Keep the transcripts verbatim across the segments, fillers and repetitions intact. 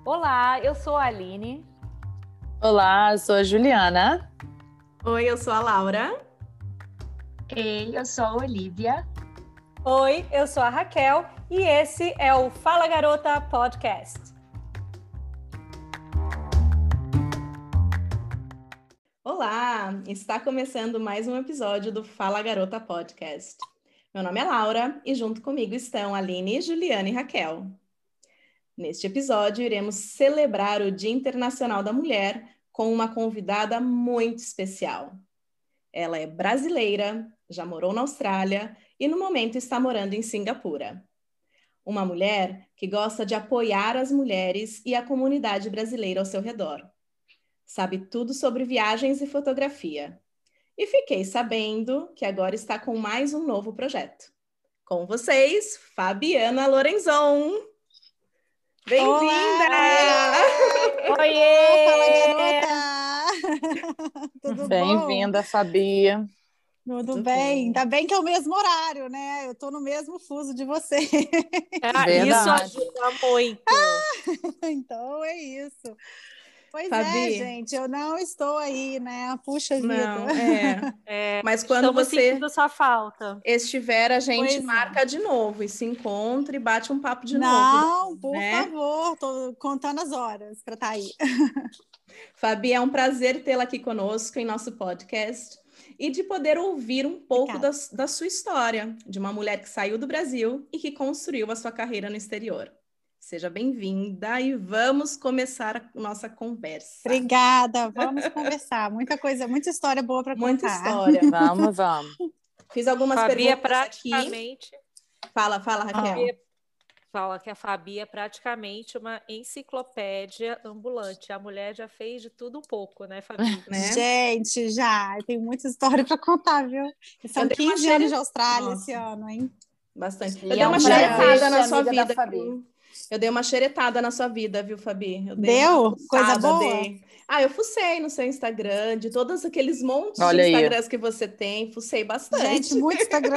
Olá, eu sou a Aline. Olá, eu sou a Juliana. Oi, eu sou a Laura. Ei, eu sou a Olivia. Oi, eu sou a Raquel e esse é o Fala Garota Podcast. Olá, está começando mais um episódio do Fala Garota Podcast. Meu nome é Laura e junto comigo estão Aline, Juliana e Raquel. Neste episódio, iremos celebrar o Dia Internacional da Mulher com uma convidada muito especial. Ela é brasileira, já morou na Austrália e no momento está morando em Singapura. Uma mulher que gosta de apoiar as mulheres e a comunidade brasileira ao seu redor. Sabe tudo sobre viagens e fotografia. E fiquei sabendo que agora está com mais um novo projeto. Com vocês, Fabiana Lorenzon. Bem-vinda! Oiê! Fala, garota! Tudo bom? Bem-vinda, Fabi. Tudo, Tudo bem? bem. Ainda bem que é o mesmo horário, né? Eu tô no mesmo fuso de você. Ah, Verdade. isso ajuda muito. Então é isso. Pois Fabi. é, gente, eu não estou aí, né? Puxa vida. Não, é. É, Mas quando estamos você sentindo sua falta. estiver, a gente Pois é. marca de novo e se encontra e bate um papo de novo. Não, por né? favor, tô contando as horas para estar aí. Fabi, é um prazer tê-la aqui conosco em nosso podcast e de poder ouvir um pouco da, Obrigada. da sua história, de uma mulher que saiu do Brasil e que construiu a sua carreira no exterior. Seja bem-vinda e vamos começar a nossa conversa. Obrigada, vamos conversar. Muita coisa, muita história boa para contar. Muita história. Vamos, vamos. Fiz algumas Fabi é perguntas aqui. praticamente. Fala, fala, Raquel. Fabi é- Fala que a Fabi é praticamente uma enciclopédia ambulante. A mulher já fez de tudo um pouco, né, Fabi? Né? Gente, já, eu tenho muita história para contar, viu? E são Eu dei uma quinze xere- anos de Austrália Nossa. esse ano, hein? Bastante. E Eu é dei um uma prazer xeretada ser na sua amiga da vida. Fabi. viu? Eu dei uma xeretada na sua vida, viu, Fabi? Eu dei Deu? uma Coisa fuçada, boa? dei. Ah, eu fucei no seu Instagram, de todos aqueles montes Olha de aí. Instagrams que você tem, fucei bastante. Gente, muito Instagram.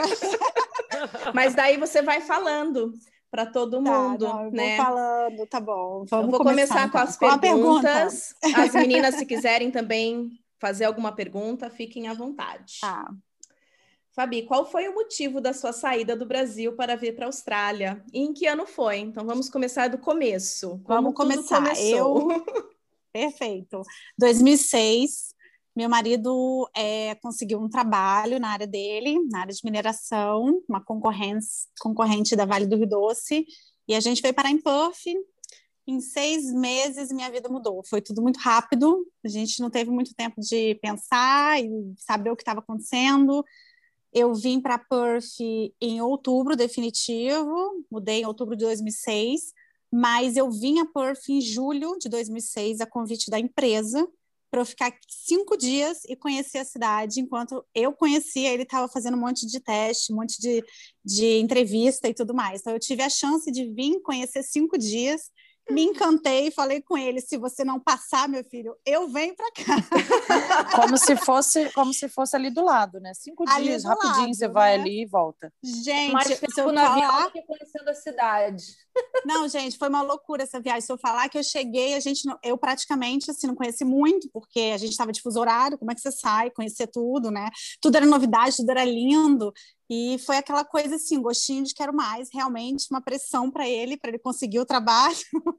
Mas daí você vai falando para todo Tá, mundo, não, eu né? vou falando, tá bom. Vamos eu vou começar, começar com então. as Qual a pergunta? perguntas. As meninas, se quiserem também fazer alguma pergunta, fiquem à vontade. Tá. Fabi, qual foi o motivo da sua saída do Brasil para vir para a Austrália? E em que ano foi? Então vamos começar do começo. Como Vamos tudo começar. começou? Eu... Perfeito. dois mil e seis, meu marido é, conseguiu um trabalho na área dele, na área de mineração, uma concorrência, concorrente da Vale do Rio Doce, e a gente veio parar em Perth. Em seis meses, minha vida mudou. Foi tudo muito rápido, a gente não teve muito tempo de pensar e saber o que estava acontecendo. Eu vim para Perth em outubro, definitivo, mudei em outubro de dois mil e seis, mas eu vim a Perth em julho de dois mil e seis, a convite da empresa, para eu ficar cinco dias e conhecer a cidade. Enquanto eu conhecia, ele estava fazendo um monte de teste, um monte de, de entrevista e tudo mais. Então, eu tive a chance de vir conhecer cinco dias, me encantei e falei com ele, se você não passar, meu filho, eu venho para cá. Como se fosse, como se fosse ali do lado, né? Cinco Ali dias, do rapidinho, lado, você vai né? ali e volta. Gente, Mais se eu tempo no avião falar... do que conhecendo a cidade. Não, gente, foi uma loucura essa viagem. Se eu falar que eu cheguei, a gente não- eu praticamente assim, não conheci muito, porque a gente estava de fuso horário, como é que você sai, conhecer tudo, né? Tudo era novidade, tudo era lindo. E foi aquela coisa assim, gostinho de quero mais, realmente uma pressão para ele, para ele conseguir o trabalho.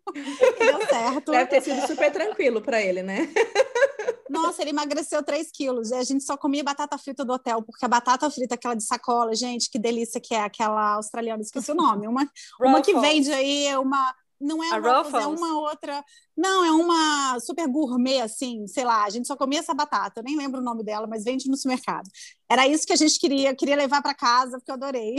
E deu certo. Deve ter sido super tranquilo para ele, né? Nossa, ele emagreceu três quilos. E a gente só comia batata frita do hotel, porque a batata frita, aquela de sacola, gente, que delícia que é, aquela australiana, esqueci o nome. Uma, uma que Ruffles. vende aí, é uma... Não é A a Ruffles, é Ruffles. uma outra... Não, é uma super gourmet, assim, sei lá. A gente só comia essa batata, eu nem lembro o nome dela, mas vende no supermercado. Era isso que a gente queria, queria levar para casa, porque eu adorei.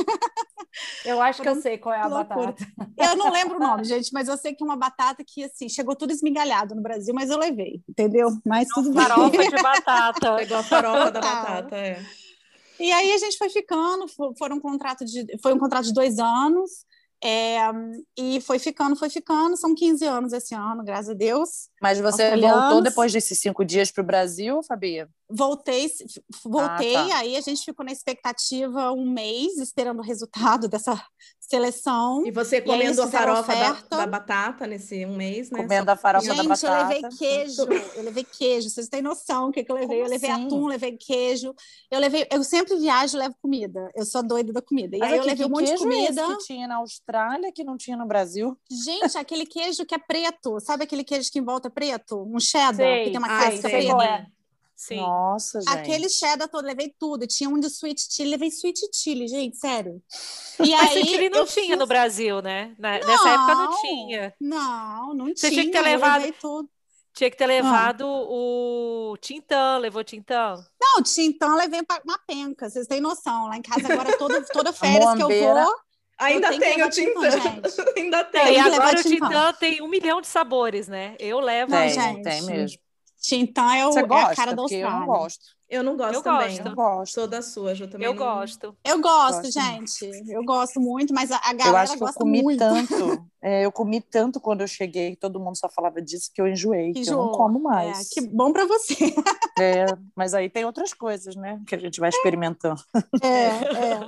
Eu acho que eu sei qual é a Loucura. batata. Eu não lembro o nome, gente, mas eu sei que é uma batata que, assim, chegou tudo esmigalhado no Brasil, mas eu levei, entendeu? Mas tudo bem. Farofa de batata. Pegou a farofa da Total. batata, é. E aí a gente foi ficando, fo- foram um contrato de, foi um contrato de dois anos, é, e foi ficando, foi ficando, são quinze anos esse ano, graças a Deus. Mas você australianos. voltou depois desses cinco dias para o Brasil, Fabi? Voltei, voltei, Ah, tá. aí a gente ficou na expectativa um mês, esperando o resultado dessa seleção. E você E aí comendo eles a fizeram farofa da, oferta. da batata nesse um mês, né? Comendo Só a farofa da Gente, eu levei batata. queijo, eu levei queijo, vocês têm noção o que, que eu levei. Como Eu levei assim? atum, levei queijo, eu levei, eu sempre viajo e levo comida, eu sou doida da comida. E Mas aí eu aqui, levei que um monte de queijo é esse comida. que tinha na Austrália que não tinha no Brasil? Gente, aquele queijo que é preto, sabe aquele queijo que em volta é preto? Um cheddar, que Sei, tem uma Ah, casca sei, sei preta. qual é. Sim. Nossa, gente. Aquele cheddar todo, levei tudo. Tinha um de sweet chili, levei sweet chili, gente, sério. E Mas aí Chile não eu tinha fui... no Brasil, né? Na- Nessa época não tinha. Não, não Você tinha. tinha que ter Eu levado, levei tudo. tinha que ter Ah. levado o Tintã, levou Tintã? Não, tinha, então eu levei pa- uma penca, vocês têm noção. Lá em casa agora, toda, toda férias que eu Moambeira. vou, Ainda tenho que tem levar o Tintã. Tintã, gente. Ainda Não, tem. Tem e que levar agora o Tintã. Tintã tem um milhão de sabores, né? Eu levo. Não, Tem, gente. tem mesmo. Tintã é, o- Você é a gosta? cara da Porque eu não Austrália. gosto. Eu não gosto Eu também. gosto. Eu gosto. Sou da sua, Ju, também Eu não... gosto. Eu gosto, Gosto gente. Eu gosto muito, mas a, a Eu galera acho que eu gosta comi muito. tanto. é, eu comi tanto quando eu cheguei, todo mundo só falava disso, que eu enjoei, Que que eu não enjoou. como É, mais. que bom pra você. É, mas aí tem outras coisas, né? Que a gente vai experimentando. É, é.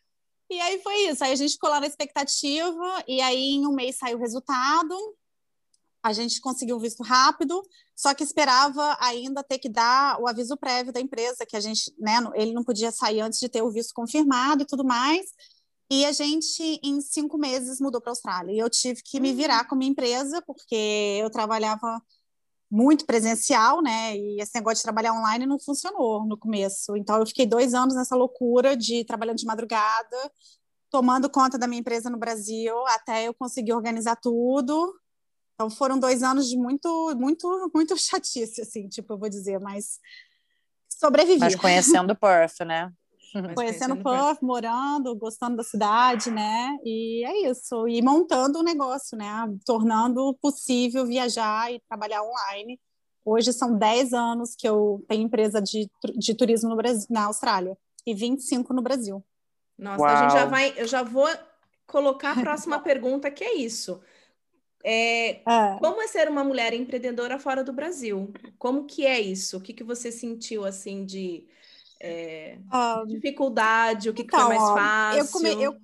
E aí foi isso. Aí a gente ficou lá na expectativa, e aí em um mês saiu o resultado. A gente conseguiu um visto rápido, só que esperava ainda ter que dar o aviso prévio da empresa, que a gente, né, ele não podia sair antes de ter o visto confirmado e tudo mais. E a gente, em cinco meses, mudou para a Austrália. E eu tive que me virar com a minha empresa, porque eu trabalhava muito presencial, né? E esse negócio de trabalhar online não funcionou no começo. Então, eu fiquei dois anos nessa loucura de trabalhando de madrugada, tomando conta da minha empresa no Brasil, até eu conseguir organizar tudo. Então, foram dois anos de muito, muito, muito chatice, assim, tipo, eu vou dizer, mas sobrevivi. Mas conhecendo Perth, né? Mas Conhecendo conhecendo Perth, morando, gostando da cidade, né? E é isso. E montando o negócio, né? Tornando possível viajar e trabalhar online. Hoje são dez anos que eu tenho empresa de, de turismo no Brasil, na Austrália e vinte e cinco no Brasil. Nossa, a gente já Uau. vai... Eu já vou colocar a próxima pergunta, que é isso. É, É. como é ser uma mulher empreendedora fora do Brasil? Como que é isso? O que, que você sentiu, assim, de é, Ah, dificuldade? O que, que então, foi mais ó, fácil? eu, come, eu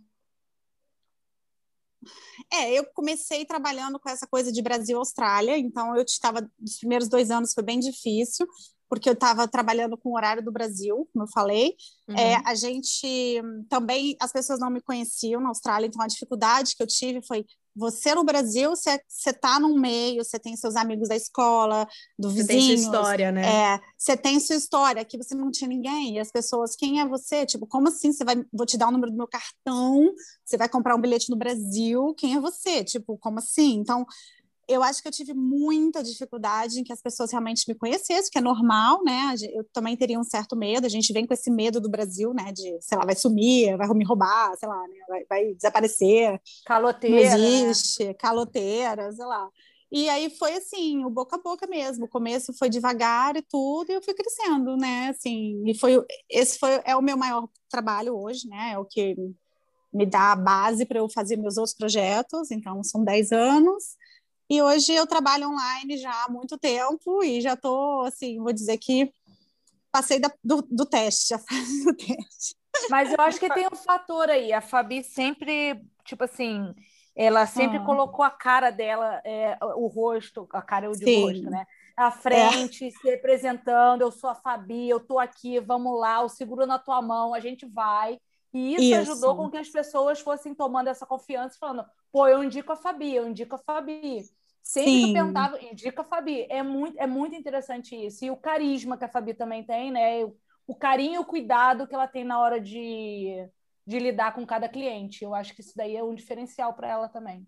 É, eu comecei trabalhando com essa coisa de Brasil-Austrália, então eu estava, os primeiros dois anos foi bem difícil, porque eu estava trabalhando com o horário do Brasil, como eu falei. Uhum. É, a gente também, as pessoas não me conheciam na Austrália, então a dificuldade que eu tive foi, você no Brasil, você está num meio, você tem seus amigos da escola, do Você tem sua vizinhos, história, né? é, você tem sua história, aqui você não tinha ninguém, e as pessoas, quem é você? Tipo, como assim? Você vai, vou te dar o número do meu cartão, você vai comprar um bilhete no Brasil, quem é você? Tipo, como assim? Então, eu acho que eu tive muita dificuldade em que as pessoas realmente me conhecessem, que é normal, né? Eu também teria um certo medo, a gente vem com esse medo do Brasil, né? De, sei lá, vai sumir, vai me roubar, sei lá, né? vai, vai desaparecer, Caloteira, não existe, né? Caloteira, sei lá. E aí foi assim, o boca a boca mesmo. O começo foi devagar e tudo, e eu fui crescendo, né? Assim, e foi esse foi é o meu maior trabalho hoje, né? É o que me dá a base para eu fazer meus outros projetos. Então, são dez anos. E hoje eu trabalho online já há muito tempo e já estou, assim, vou dizer que passei da, do, do teste, já faz o teste. Mas eu acho que tem um fator aí. A Fabi sempre, tipo assim, ela sempre Ah. colocou a cara dela, é, o rosto, a cara eu digo Sim. rosto, né? À frente, é. se representando, eu sou a Fabi, eu tô aqui, vamos lá, eu seguro na tua mão, a gente vai. E isso, isso ajudou com que as pessoas fossem tomando essa confiança, falando, pô, eu indico a Fabi, eu indico a Fabi. Sempre Sim. que eu perguntava, indica a Fabi. É muito, é muito interessante isso. E o carisma que a Fabi também tem, né? O, o carinho e o cuidado que ela tem na hora de, de lidar com cada cliente. Eu acho que isso daí é um diferencial para ela também.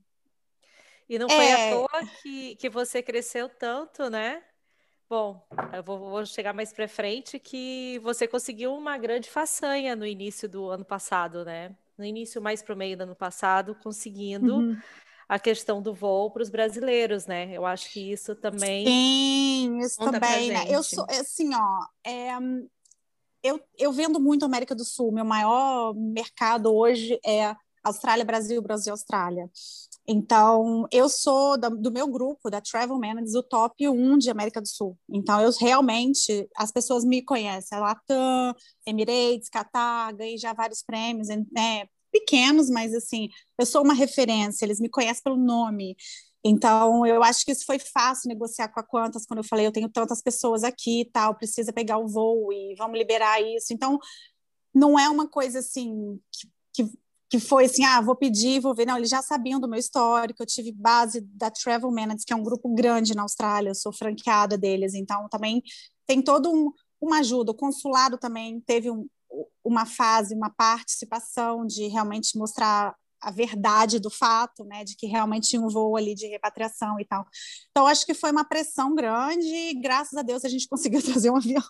E não foi É. à toa que, que você cresceu tanto, né? Bom, eu vou, vou chegar mais para frente, que você conseguiu uma grande façanha no início do ano passado, né? No início, mais para o meio do ano passado, conseguindo Uhum. a questão do voo para os brasileiros, né? Eu acho que isso também... Sim, isso Conta também, pra né? Eu gente. sou, assim, ó, é, eu, eu vendo muito a América do Sul. Meu maior mercado hoje é Austrália, Brasil, Brasil, Austrália. Então, eu sou da, do meu grupo, da Travel Managers, o top um de América do Sul. Então, eu realmente, as pessoas me conhecem, a Latam, Emirates, Qatar, ganhei já vários prêmios, né, pequenos, mas assim, eu sou uma referência, eles me conhecem pelo nome. Então, eu acho que isso foi fácil negociar com a Qantas, quando eu falei, eu tenho tantas pessoas aqui e tal, precisa pegar o voo e vamos liberar isso. Então, não é uma coisa assim que, que que foi assim, ah, vou pedir, vou ver. Não, eles já sabiam do meu histórico, eu tive base da Travel Managers, que é um grupo grande na Austrália, eu sou franqueada deles, então também tem todo um, uma ajuda. O consulado também teve um, uma fase, uma participação de realmente mostrar a verdade do fato, né, de que realmente tinha um voo ali de repatriação e tal. Então, acho que foi uma pressão grande e, graças a Deus, a gente conseguiu trazer um avião.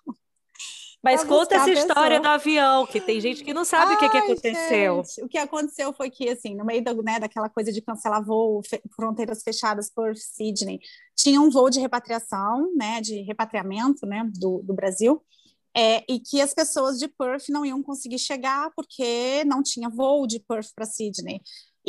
Mas conta essa história do avião, que tem gente que não sabe Ai, o que, que aconteceu. Gente, o que aconteceu foi que, assim, no meio da, né, daquela coisa de cancelar voo, fe fronteiras fechadas por Sydney, tinha um voo de repatriação, né, de repatriamento, né, do, do Brasil, é, e que as pessoas de Perth não iam conseguir chegar porque não tinha voo de Perth para Sydney.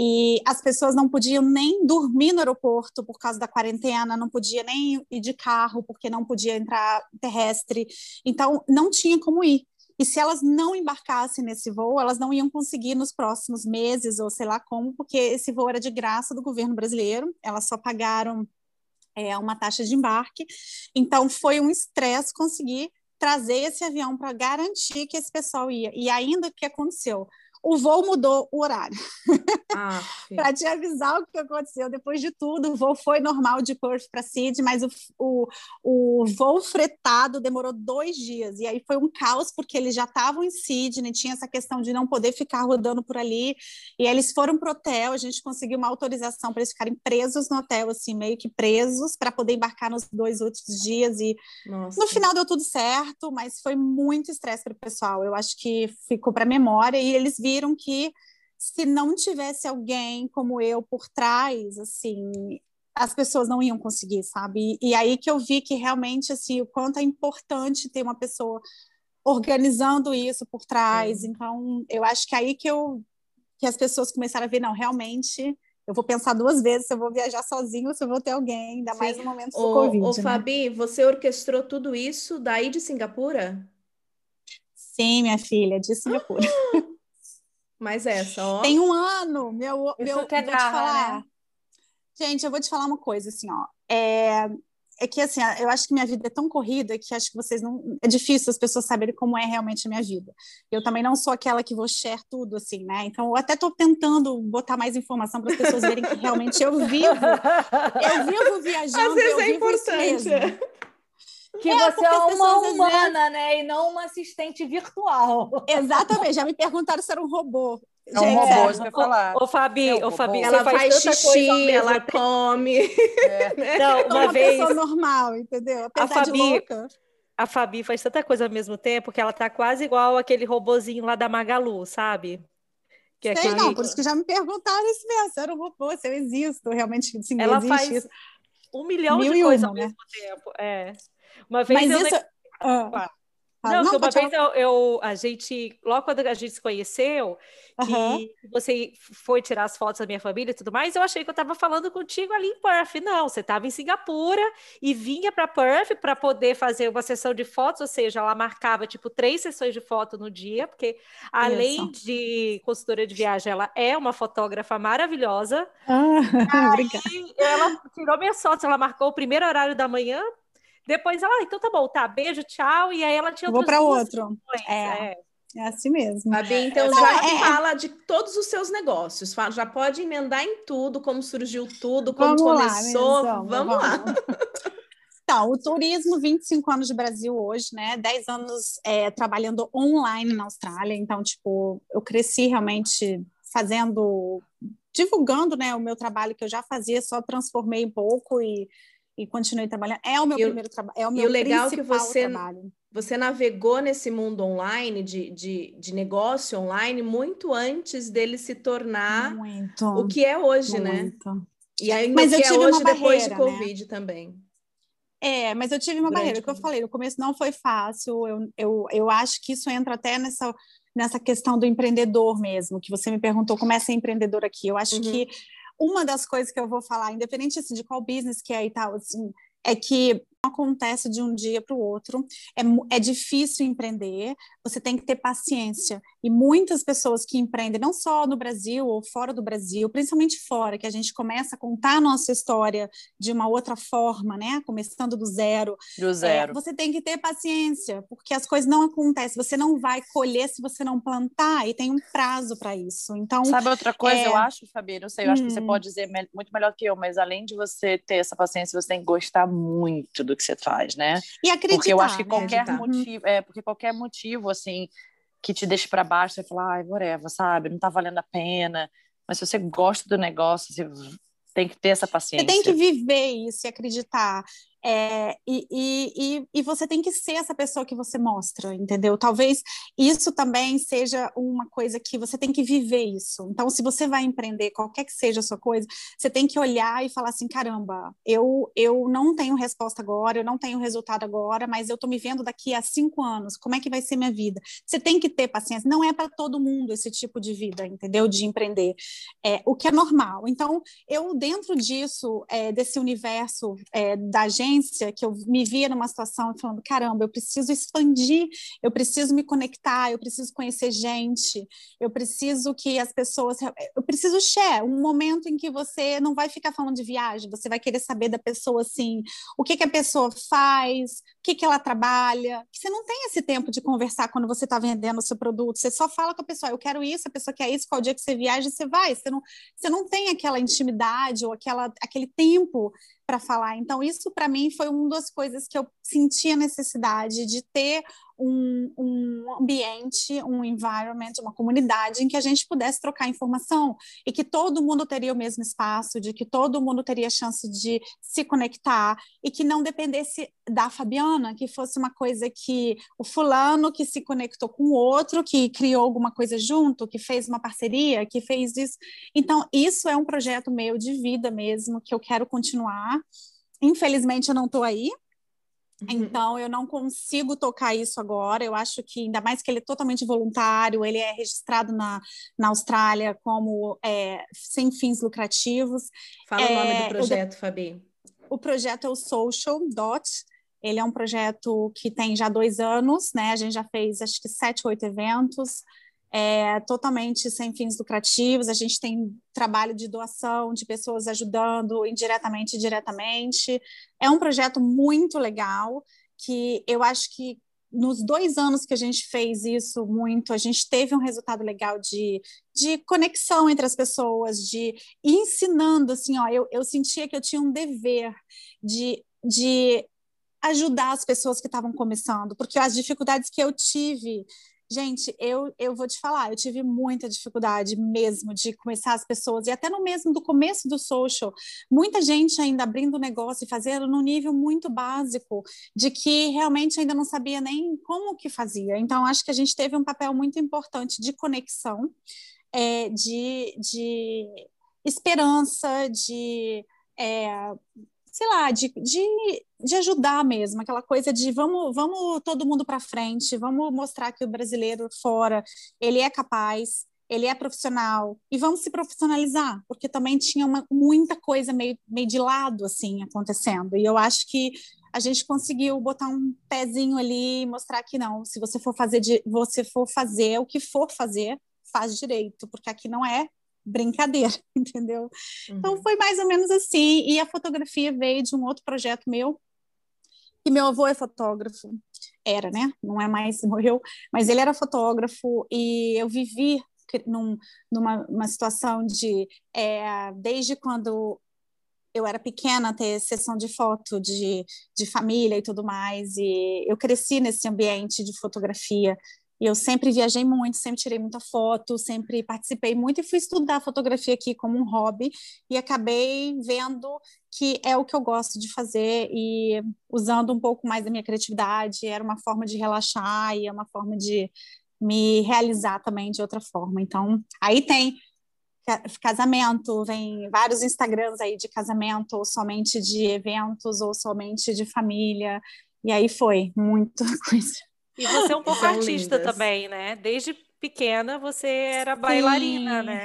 E as pessoas não podiam nem dormir no aeroporto por causa da quarentena, não podia nem ir de carro porque não podia entrar terrestre, então não tinha como ir. E se elas não embarcassem nesse voo, elas não iam conseguir nos próximos meses, ou sei lá como, porque esse voo era de graça do governo brasileiro, elas só pagaram é, uma taxa de embarque, então foi um estresse conseguir trazer esse avião para garantir que esse pessoal ia. E ainda o que aconteceu? O voo mudou o horário. Ah, para te avisar o que aconteceu. Depois de tudo, o voo foi normal de Perth para Sydney, mas o, o, o voo fretado demorou dois dias. E aí foi um caos, porque eles já estavam em Sydney, tinha essa questão de não poder ficar rodando por ali. E aí eles foram para o hotel, a gente conseguiu uma autorização para eles ficarem presos no hotel, assim, meio que presos, para poder embarcar nos dois outros dias. E Nossa. No final deu tudo certo, mas foi muito estresse para o pessoal. Eu acho que ficou para a memória, e eles viram que se não tivesse alguém como eu por trás, assim, as pessoas não iam conseguir, sabe? E, e aí que eu vi que realmente, assim, o quanto é importante ter uma pessoa organizando isso por trás. É. Então, eu acho que aí que, eu, que as pessoas começaram a ver, não, realmente, eu vou pensar duas vezes se eu vou viajar sozinho ou se eu vou ter alguém, ainda Sim. mais no momento do ô, Covid. Ô, né? Fabi, você orquestrou tudo isso daí de Singapura? Sim, minha filha, de Singapura. Mas essa, ó. Tem um ano, meu, Isso meu que é vou garra, te falar. né? Gente, eu vou te falar uma coisa, assim, ó. É, é que, assim, eu acho que minha vida é tão corrida que acho que vocês não... É difícil as pessoas saberem como é realmente a minha vida. Eu também não sou aquela que vou share tudo, assim, né? Então, eu até tô tentando botar mais informação para as pessoas verem que realmente eu vivo. Eu vivo viajando, Às vezes eu é vivo importante. isso mesmo. Que é, você é uma humana, vezes... né? E não uma assistente virtual. Exatamente. Já me perguntaram se era um robô. É um robô, isso que eu ia falar. Ô, Fabi, é um ô, Fabi, ela você faz, faz tanta xixi, coisa ela tempo. come. É. Não, uma, uma vez... pessoa normal, entendeu? Apesar a Fabi, de louca. A Fabi faz tanta coisa ao mesmo tempo que ela tá quase igual aquele robozinho lá da Magalu, sabe? Que é Sei, aquele... não, por isso que já me perguntaram isso mesmo, se eu era um robô, se eu existo, realmente, sim, ela existe faz isso. um milhão Mil de coisas uma, ao né? mesmo tempo. É. Uma vez Mas eu... isso... Ah. Não, não, que uma vez eu, eu, a gente, logo quando a gente se conheceu, que uhum. você foi tirar as fotos da minha família e tudo mais, eu achei que eu estava falando contigo ali em Perth. Não, você estava em Singapura e vinha para Perth para poder fazer uma sessão de fotos, ou seja, ela marcava tipo três sessões de foto no dia, porque além Isso. de consultora de viagem, ela é uma fotógrafa maravilhosa. Ah, Aí obrigada. ela tirou minhas fotos, ela marcou o primeiro horário da manhã. Depois ela, ah, então tá bom, tá, beijo, tchau. E aí ela tinha Vou outras para duas outro. sessões, É, é. é assim mesmo. Fabi, então é, já é, fala de todos os seus negócios. Fala, já pode emendar em tudo, como surgiu tudo, como vamos começou. Lá, vamos, vamos lá. Então, o turismo, vinte e cinco anos de Brasil hoje, né? dez anos é, trabalhando online na Austrália. Então, tipo, eu cresci realmente fazendo, divulgando, né, o meu trabalho que eu já fazia, só transformei um pouco e e continuei trabalhando. É o meu e primeiro trabalho, é o meu e o legal principal que você, trabalho. Você navegou nesse mundo online, de, de, de negócio online, muito antes dele se tornar muito, o que é hoje, muito. né? E ainda mas o que eu tive é hoje uma depois de barreira, Covid né? também. É, mas eu tive uma Durante barreira, que eu falei, no começo não foi fácil, eu, eu, eu acho que isso entra até nessa, nessa questão do empreendedor mesmo, que você me perguntou como é ser empreendedor aqui. Eu acho uhum. que uma das coisas que eu vou falar, independente assim, de qual business que é e tal, assim, é que não acontece de um dia para o outro, é, é difícil empreender, você tem que ter paciência, e muitas pessoas que empreendem, não só no Brasil ou fora do Brasil, principalmente fora, que a gente começa a contar a nossa história de uma outra forma, né, começando do zero, do zero. É, você tem que ter paciência, porque as coisas não acontecem, você não vai colher se você não plantar, e tem um prazo para isso, então... Sabe outra coisa, é... eu acho, Fabi, não sei, eu hum... acho que você pode dizer muito melhor que eu, mas além de você ter essa paciência, você tem que gostar muito do que você faz, né? E acreditar, porque eu acho que né? qualquer Acreditar. motivo, é, porque qualquer motivo, assim, que te deixe para baixo, você fala, ai, whatever, sabe? Não tá valendo a pena. Mas se você gosta do negócio, você tem que ter essa paciência. Você tem que viver isso e acreditar. É, e, e, e você tem que ser essa pessoa que você mostra, entendeu? Talvez isso também seja uma coisa que você tem que viver isso. Então, se você vai empreender, qualquer que seja a sua coisa, você tem que olhar e falar assim, caramba, eu, eu não tenho resposta agora, eu não tenho resultado agora, mas eu estou me vendo daqui a cinco anos, como é que vai ser minha vida? Você tem que ter paciência, não é para todo mundo esse tipo de vida, entendeu? De empreender, é, o que é normal. Então, eu dentro disso, é, desse universo é, da agência, que eu me via numa situação falando, caramba, eu preciso expandir, eu preciso me conectar, eu preciso conhecer gente, eu preciso que as pessoas, eu preciso share, um momento em que você não vai ficar falando de viagem, você vai querer saber da pessoa, assim, o que, que a pessoa faz, o que, que ela trabalha, você não tem esse tempo de conversar quando você está vendendo o seu produto, você só fala com a pessoa, eu quero isso, a pessoa quer isso, qual dia que você viaja, você vai, você não, você não tem aquela intimidade ou aquela, aquele tempo para falar. Então, isso para mim foi uma das coisas que eu senti a necessidade de ter um, um ambiente, um environment, uma comunidade em que a gente pudesse trocar informação e que todo mundo teria o mesmo espaço, de que todo mundo teria chance de se conectar e que não dependesse da Fabiana, que fosse uma coisa que o fulano que se conectou com o outro, que criou alguma coisa junto, que fez uma parceria, que fez isso. Então, isso é um projeto meu de vida mesmo, que eu quero continuar. Infelizmente, eu não estou aí, então eu não consigo tocar isso agora. Eu acho que, ainda mais que ele é totalmente voluntário, ele é registrado na, na Austrália como é, sem fins lucrativos. Fala é, o nome do projeto, eu, Fabi. O projeto é o Social Dot. Ele é um projeto que tem já dois anos, né? A gente já fez acho que sete, oito eventos. É, totalmente sem fins lucrativos, a gente tem trabalho de doação, de pessoas ajudando indiretamente e diretamente. É um projeto muito legal, que eu acho que nos dois anos que a gente fez isso muito, a gente teve um resultado legal de, de conexão entre as pessoas, de ir ensinando, assim, ó, eu, eu sentia que eu tinha um dever de, de ajudar as pessoas que estavam começando, porque as dificuldades que eu tive... Gente, eu, eu vou te falar, eu tive muita dificuldade mesmo de começar as pessoas, e até no mesmo do começo do social, muita gente ainda abrindo negócio e fazendo num nível muito básico, de que realmente ainda não sabia nem como que fazia. Então, acho que a gente teve um papel muito importante de conexão, é, de, de esperança, de... É, sei lá, de, de, de ajudar mesmo, aquela coisa de vamos, vamos todo mundo para frente, vamos mostrar que o brasileiro fora, ele é capaz, ele é profissional, e vamos se profissionalizar, porque também tinha uma, muita coisa meio, meio de lado, assim, acontecendo, e eu acho que a gente conseguiu botar um pezinho ali e mostrar que não, se você for fazer, de, você for fazer o que for fazer, faz direito, porque aqui não é brincadeira, entendeu? Uhum. Então foi mais ou menos assim, e a fotografia veio de um outro projeto meu, que meu avô é fotógrafo, era, né? Não é mais, morreu, mas ele era fotógrafo, e eu vivi num, numa uma situação de, é, desde quando eu era pequena, ter sessão de foto de, de família e tudo mais, e eu cresci nesse ambiente de fotografia. E eu sempre viajei muito, sempre tirei muita foto, sempre participei muito e fui estudar fotografia aqui como um hobby e acabei vendo que é o que eu gosto de fazer e usando um pouco mais da minha criatividade, era uma forma de relaxar e é uma forma de me realizar também de outra forma. Então, aí tem casamento, vem vários Instagrams aí de casamento, ou somente de eventos, ou somente de família, e aí foi muita coisa. E você é um pouco artista lindas. Também, né? Desde pequena você era bailarina, Sim. né?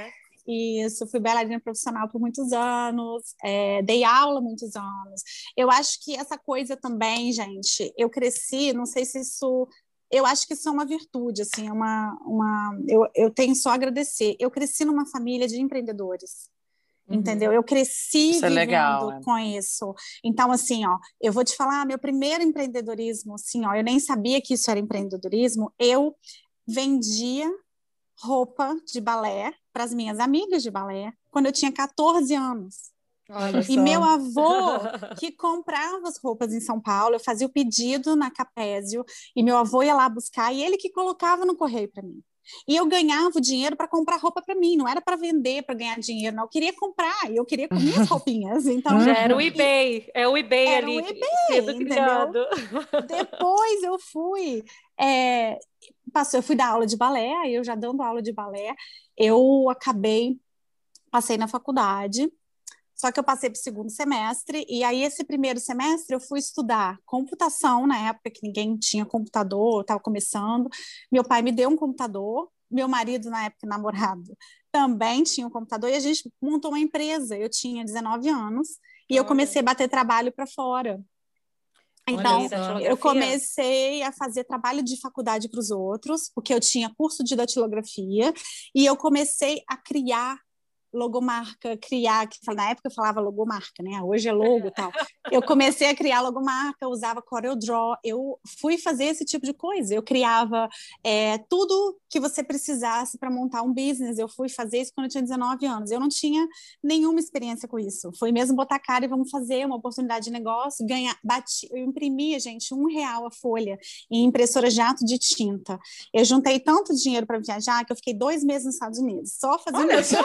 Isso, fui bailarina profissional por muitos anos, é, dei aula muitos anos. Eu acho que essa coisa também, gente, eu cresci, não sei se isso... Eu acho que isso é uma virtude, assim, é uma, uma, eu, eu tenho só a agradecer. Eu cresci numa família de empreendedores. Uhum. Entendeu? Eu cresci isso vivendo é legal, é. com isso. Então, assim, ó, eu vou te falar, meu primeiro empreendedorismo, assim, ó, eu nem sabia que isso era empreendedorismo, eu vendia roupa de balé para as minhas amigas de balé quando eu tinha catorze anos. Olha e só. meu avô que comprava as roupas em São Paulo, eu fazia o pedido na Capésio e meu avô ia lá buscar e ele que colocava no correio para mim. E eu ganhava o dinheiro para comprar roupa para mim, não era para vender, para ganhar dinheiro, não. Eu queria comprar, e eu queria com minhas roupinhas. Então, já era o eBay, é o eBay era ali, o eBay, criado. Depois eu fui, é, passou, eu fui dar aula de balé, aí eu já dando aula de balé, eu acabei, passei na faculdade, só que eu passei para o segundo semestre, e aí esse primeiro semestre eu fui estudar computação, na época que ninguém tinha computador, estava começando. Meu pai me deu um computador, meu marido, na época, namorado, também tinha um computador, e a gente montou uma empresa. Eu tinha dezenove anos, e eu comecei a bater trabalho para fora. Então, eu comecei a fazer trabalho de faculdade para os outros, porque eu tinha curso de datilografia, e eu comecei a criar logomarca, criar, que na época eu falava logomarca, né? Hoje é logo e tal. Eu comecei a criar logomarca, usava CorelDRAW, eu fui fazer esse tipo de coisa. Eu criava é, tudo que você precisasse para montar um business. Eu fui fazer isso quando eu tinha dezenove anos. Eu não tinha nenhuma experiência com isso. Foi mesmo botar a cara e vamos fazer uma oportunidade de negócio, ganhar, bati, eu imprimia, gente, um real a folha em impressora jato de tinta. Eu juntei tanto dinheiro para viajar que eu fiquei dois meses nos Estados Unidos, só fazendo Olha isso. Só.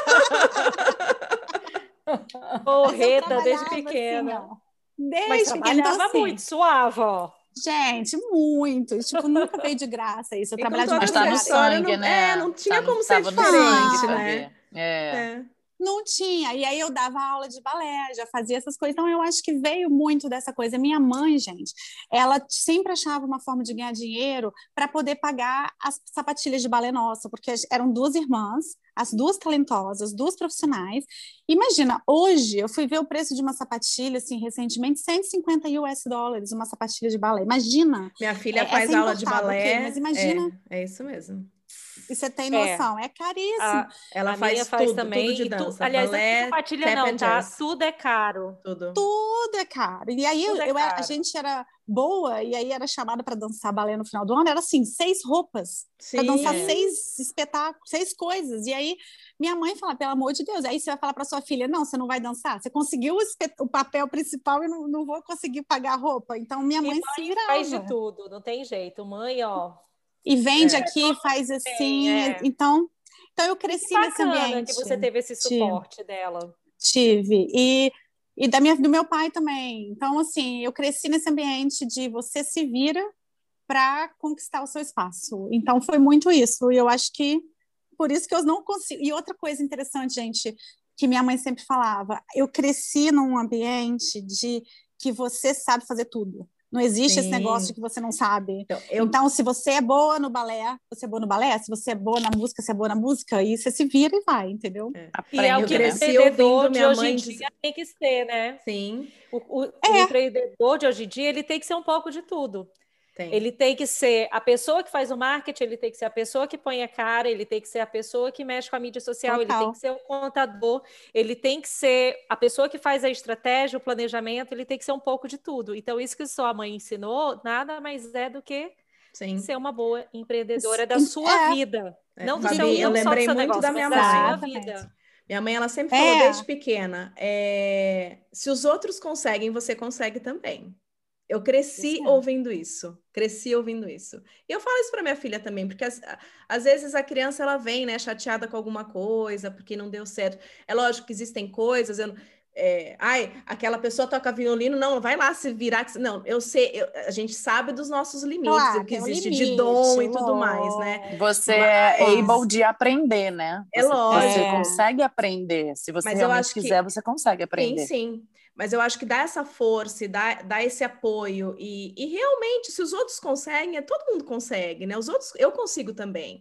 Porreta desde pequena. Assim, desde Mas trabalhava então, assim, muito, suava, ó. Gente, muito. Tipo, nunca veio de graça isso. Eu E trabalhava com de toda Mas tá essa no história, sangue, não, né? é, não tinha tá, como ser tava diferente, no sangue, né? É. É. Não tinha, e aí eu dava aula de balé, já fazia essas coisas, então eu acho que veio muito dessa coisa. Minha mãe, gente, ela sempre achava uma forma de ganhar dinheiro para poder pagar as sapatilhas de balé nossa, porque eram duas irmãs, as duas talentosas, duas profissionais. Imagina, hoje eu fui ver o preço de uma sapatilha, assim, recentemente, cento e cinquenta U S dólares, uma sapatilha de balé. Imagina. Minha filha é, faz aula de balé. Okay, mas imagina. É, é isso mesmo. E você tem noção, é, é caríssimo. A, ela a faz minha faz tudo, também. tudo de e dança. Tu, aliás, balé, não é sapatilha não, tá? Jazz. Tudo é caro. Tudo. Tudo é caro. E aí eu, é eu era, a gente era boa, e aí era chamada para dançar balé no final do ano, era assim, seis roupas, para dançar é. seis espetáculos, seis coisas. E aí minha mãe fala, pelo amor de Deus, aí você vai falar para sua filha, não, você não vai dançar? Você conseguiu o, espet... o papel principal e não, não vou conseguir pagar a roupa. Então minha mãe, mãe se virava. Faz de tudo, não tem jeito. Mãe, ó... E vende é. aqui, faz assim, é. então... Então eu cresci nesse ambiente. Que você teve esse suporte tive, dela. Tive. E, e da minha, do meu pai também. Então, assim, eu cresci nesse ambiente de você se vira para conquistar o seu espaço. Então, foi muito isso. E eu acho que por isso que eu não consigo. E outra coisa interessante, gente, que minha mãe sempre falava, eu cresci num ambiente de que você sabe fazer tudo. Não existe Sim. esse negócio de que você não sabe. Então, eu... então, se você é boa no balé, você é boa no balé. Se você é boa na música, você é boa na música. E você se vira e vai, entendeu? É. E é o que o empreendedor de hoje em dia tem que ser, né? Sim. O, o, é. o empreendedor de hoje em dia, ele tem que ser um pouco de tudo. Tem. Ele tem que ser a pessoa que faz o marketing, ele tem que ser a pessoa que põe a cara, ele tem que ser a pessoa que mexe com a mídia social, Total. Ele tem que ser o contador, ele tem que ser a pessoa que faz a estratégia, o planejamento, ele tem que ser um pouco de tudo. Então, isso que sua mãe ensinou, nada mais é do que Sim. ser uma boa empreendedora da sua é. vida. É. Não do Fabi, seu, não eu lembrei só do seu muito negócio, da minha mas mãe. da sua vida. Minha mãe, ela sempre falou é. desde pequena, é... se os outros conseguem, você consegue também. Eu cresci isso ouvindo isso, cresci ouvindo isso. E eu falo isso para minha filha também, porque às, às vezes a criança ela vem, né, chateada com alguma coisa, porque não deu certo. É lógico que existem coisas, eu, é, ai, aquela pessoa toca violino, não, vai lá se virar. Não, eu sei, eu, a gente sabe dos nossos limites, claro, o que existe limite, de dom e tudo mais, né? Você Mas, é able de aprender, né? É você, lógico. Você consegue aprender, se você Mas realmente eu acho quiser, que... você consegue aprender. Sim, sim. Mas eu acho que dá essa força e dá, dá esse apoio. E, e realmente, se os outros conseguem, todo mundo consegue, né? Os outros, eu consigo também.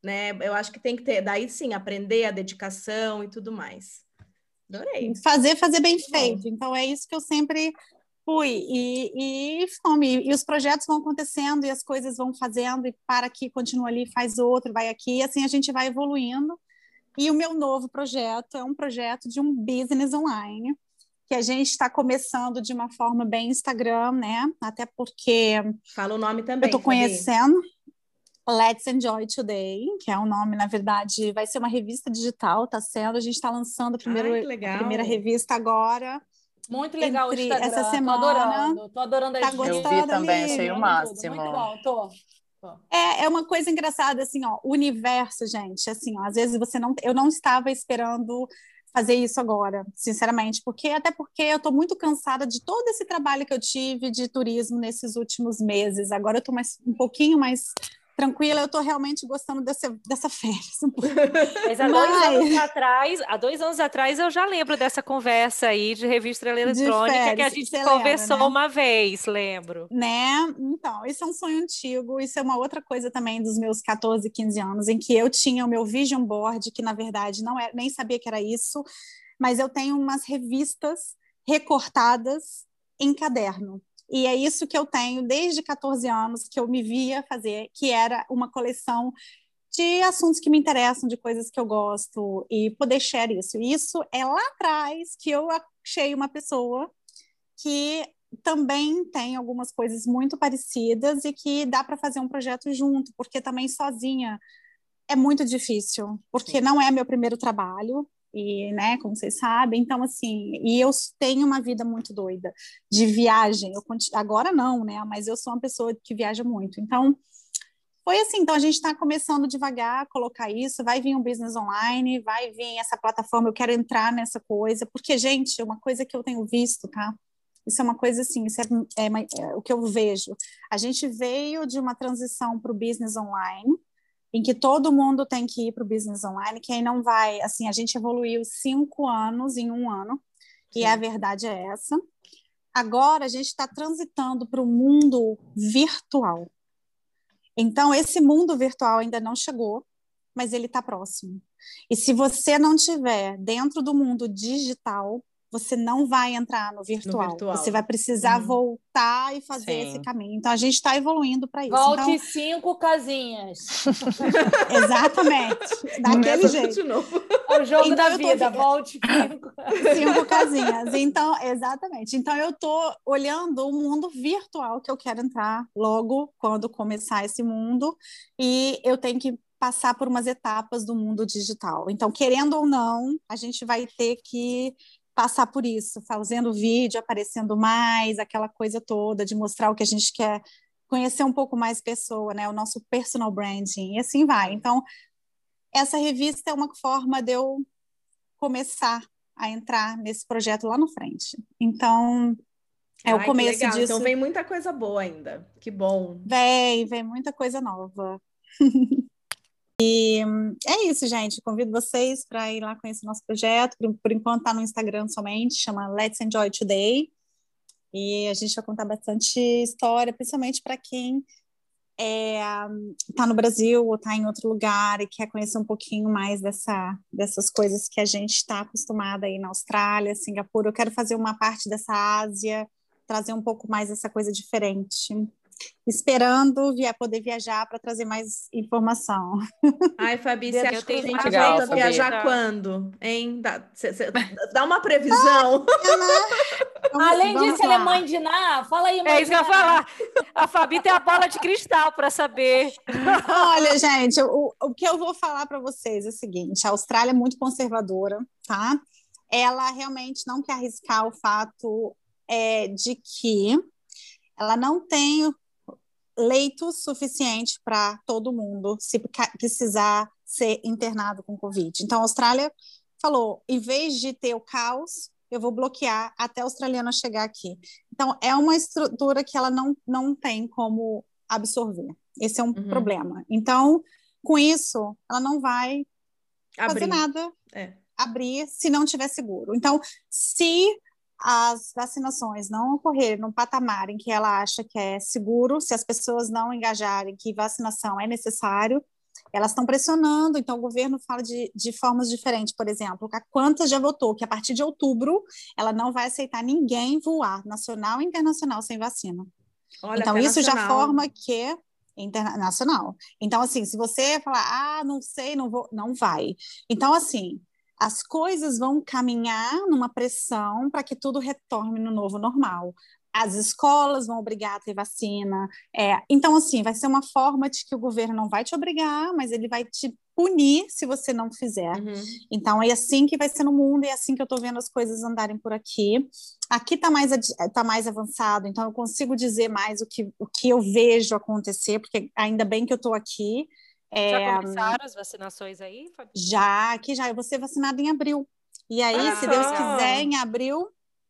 né? Eu acho que tem que ter, daí sim, aprender a dedicação e tudo mais. Adorei. Fazer, fazer bem feito. Então, é isso que eu sempre fui. E, e fome. E os projetos vão acontecendo, e as coisas vão fazendo, e para aqui, continua ali, faz outro, vai aqui, e assim a gente vai evoluindo. E o meu novo projeto é um projeto de um business online, que a gente está começando de uma forma bem Instagram, né? Até porque... Fala o nome também, eu estou conhecendo Let's Enjoy Today, que é um nome, na verdade, vai ser uma revista digital, tá sendo, a gente está lançando a primeira, Ai, a primeira revista agora. Muito legal o Entre Instagram, essa semana, tô adorando, tô adorando as tá dicas. gostando, Eu vi também, ali? achei o Tudo, máximo. muito bom, tô. É, é uma coisa engraçada, assim, ó, o universo, gente, assim, ó, às vezes você não, eu não estava esperando fazer isso agora, sinceramente, porque até porque eu estou muito cansada de todo esse trabalho que eu tive de turismo nesses últimos meses. Agora eu estou mais um pouquinho mais tranquila, eu estou realmente gostando dessa, dessa férias. Um Mas há dois Mas... anos atrás, há dois anos atrás eu já lembro dessa conversa aí de revista eletrônica de férias, que a gente conversou lembra, né? Uma vez, lembro. Né? Então, isso é um sonho antigo, isso é uma outra coisa também dos meus catorze, quinze anos, em que eu tinha o meu vision board, que na verdade não é, nem sabia que era isso, mas eu tenho umas revistas recortadas em caderno. E é isso que eu tenho desde catorze anos, que eu me via fazer, que era uma coleção de assuntos que me interessam, de coisas que eu gosto, e poder share isso. E isso é lá atrás que eu achei uma pessoa que também tem algumas coisas muito parecidas e que dá para fazer um projeto junto, porque também sozinha é muito difícil, porque Sim. não é meu primeiro trabalho, e, né, como vocês sabem, então, assim, e eu tenho uma vida muito doida de viagem, eu, agora não, né, mas eu sou uma pessoa que viaja muito, então, foi assim, então a gente está começando devagar a colocar isso, vai vir um business online, vai vir essa plataforma, eu quero entrar nessa coisa, porque, gente, uma coisa que eu tenho visto, tá, isso é uma coisa assim, isso é, é, é o que eu vejo, a gente veio de uma transição para o business online, em que todo mundo tem que ir para o business online, quem não vai, assim, a gente evoluiu cinco anos em um ano, Sim. e a verdade é essa. Agora a gente está transitando para o mundo virtual. Então, esse mundo virtual ainda não chegou, mas ele está próximo. E se você não tiver dentro do mundo digital, você não vai entrar no virtual. No virtual. Você vai precisar uhum. voltar e fazer Sim. esse caminho. Então, a gente está evoluindo para isso. Volte então... cinco casinhas. Exatamente. Daquele jeito. De novo. É o jogo então, da vida. Tô... Volte cinco. cinco casinhas. Então, exatamente. Então, eu estou olhando o mundo virtual que eu quero entrar logo quando começar esse mundo. E eu tenho que passar por umas etapas do mundo digital. Então, querendo ou não, a gente vai ter que passar por isso, fazendo vídeo, aparecendo mais, aquela coisa toda de mostrar o que a gente quer, conhecer um pouco mais pessoa, né? O nosso personal branding, e assim vai. Então, essa revista é uma forma de eu começar a entrar nesse projeto lá no frente. Então, é Ai, o começo que legal. disso. Então, vem muita coisa boa ainda. Que bom. Vem, vem muita coisa nova. E é isso, gente. Convido vocês para ir lá conhecer nosso projeto. Por, por enquanto está no Instagram somente, chama Let's Enjoy Today. E a gente vai contar bastante história, principalmente para quem está é, no Brasil ou está em outro lugar e quer conhecer um pouquinho mais dessa, dessas coisas que a gente está acostumada aí na Austrália, Singapura. Eu quero fazer uma parte dessa Ásia, trazer um pouco mais essa coisa diferente. Esperando via, poder viajar para trazer mais informação. Ai, Fabi, você acha que a gente legal, volta a viajar Fabi. quando? Hein? Dá, cê, cê, dá uma previsão. Vamos, Além vamos disso, lá. Ela é mãe de Ná. Fala aí, mãe É isso que eu ia falar. A Fabi tem a bola de cristal para saber. Olha, gente, o, o que eu vou falar para vocês é o seguinte: a Austrália é muito conservadora, tá? Ela realmente não quer arriscar o fato é, de que ela não tem leito suficiente para todo mundo se precisar ser internado com Covid. Então, a Austrália falou, em vez de ter o caos, eu vou bloquear até a australiana chegar aqui. Então, é uma estrutura que ela não, não tem como absorver. Esse é um uhum. problema. Então, com isso, ela não vai abrir. fazer nada, é. abrir, se não tiver seguro. Então, se as vacinações não ocorrerem num patamar em que ela acha que é seguro, se as pessoas não engajarem que vacinação é necessário, elas estão pressionando, então o governo fala de, de formas diferentes, por exemplo, a Qantas já votou que a partir de outubro ela não vai aceitar ninguém voar, nacional e internacional, sem vacina. Olha, então isso nacional. já forma que... internacional. Então, assim, se você falar, ah, não sei, não vou, não vai. Então, assim, as coisas vão caminhar numa pressão para que tudo retorne no novo normal. As escolas vão obrigar a ter vacina. É, então, assim, vai ser uma forma de que o governo não vai te obrigar, mas ele vai te punir se você não fizer. Uhum. Então, é assim que vai ser no mundo, é assim que eu estou vendo as coisas andarem por aqui. Aqui está mais, tá mais avançado, então eu consigo dizer mais o que, o que eu vejo acontecer, porque ainda bem que eu estou aqui. Já é, começaram as vacinações aí, Fabi? Já, aqui já, eu vou ser vacinada em abril. E aí, Ah, se Deus legal. quiser, em abril,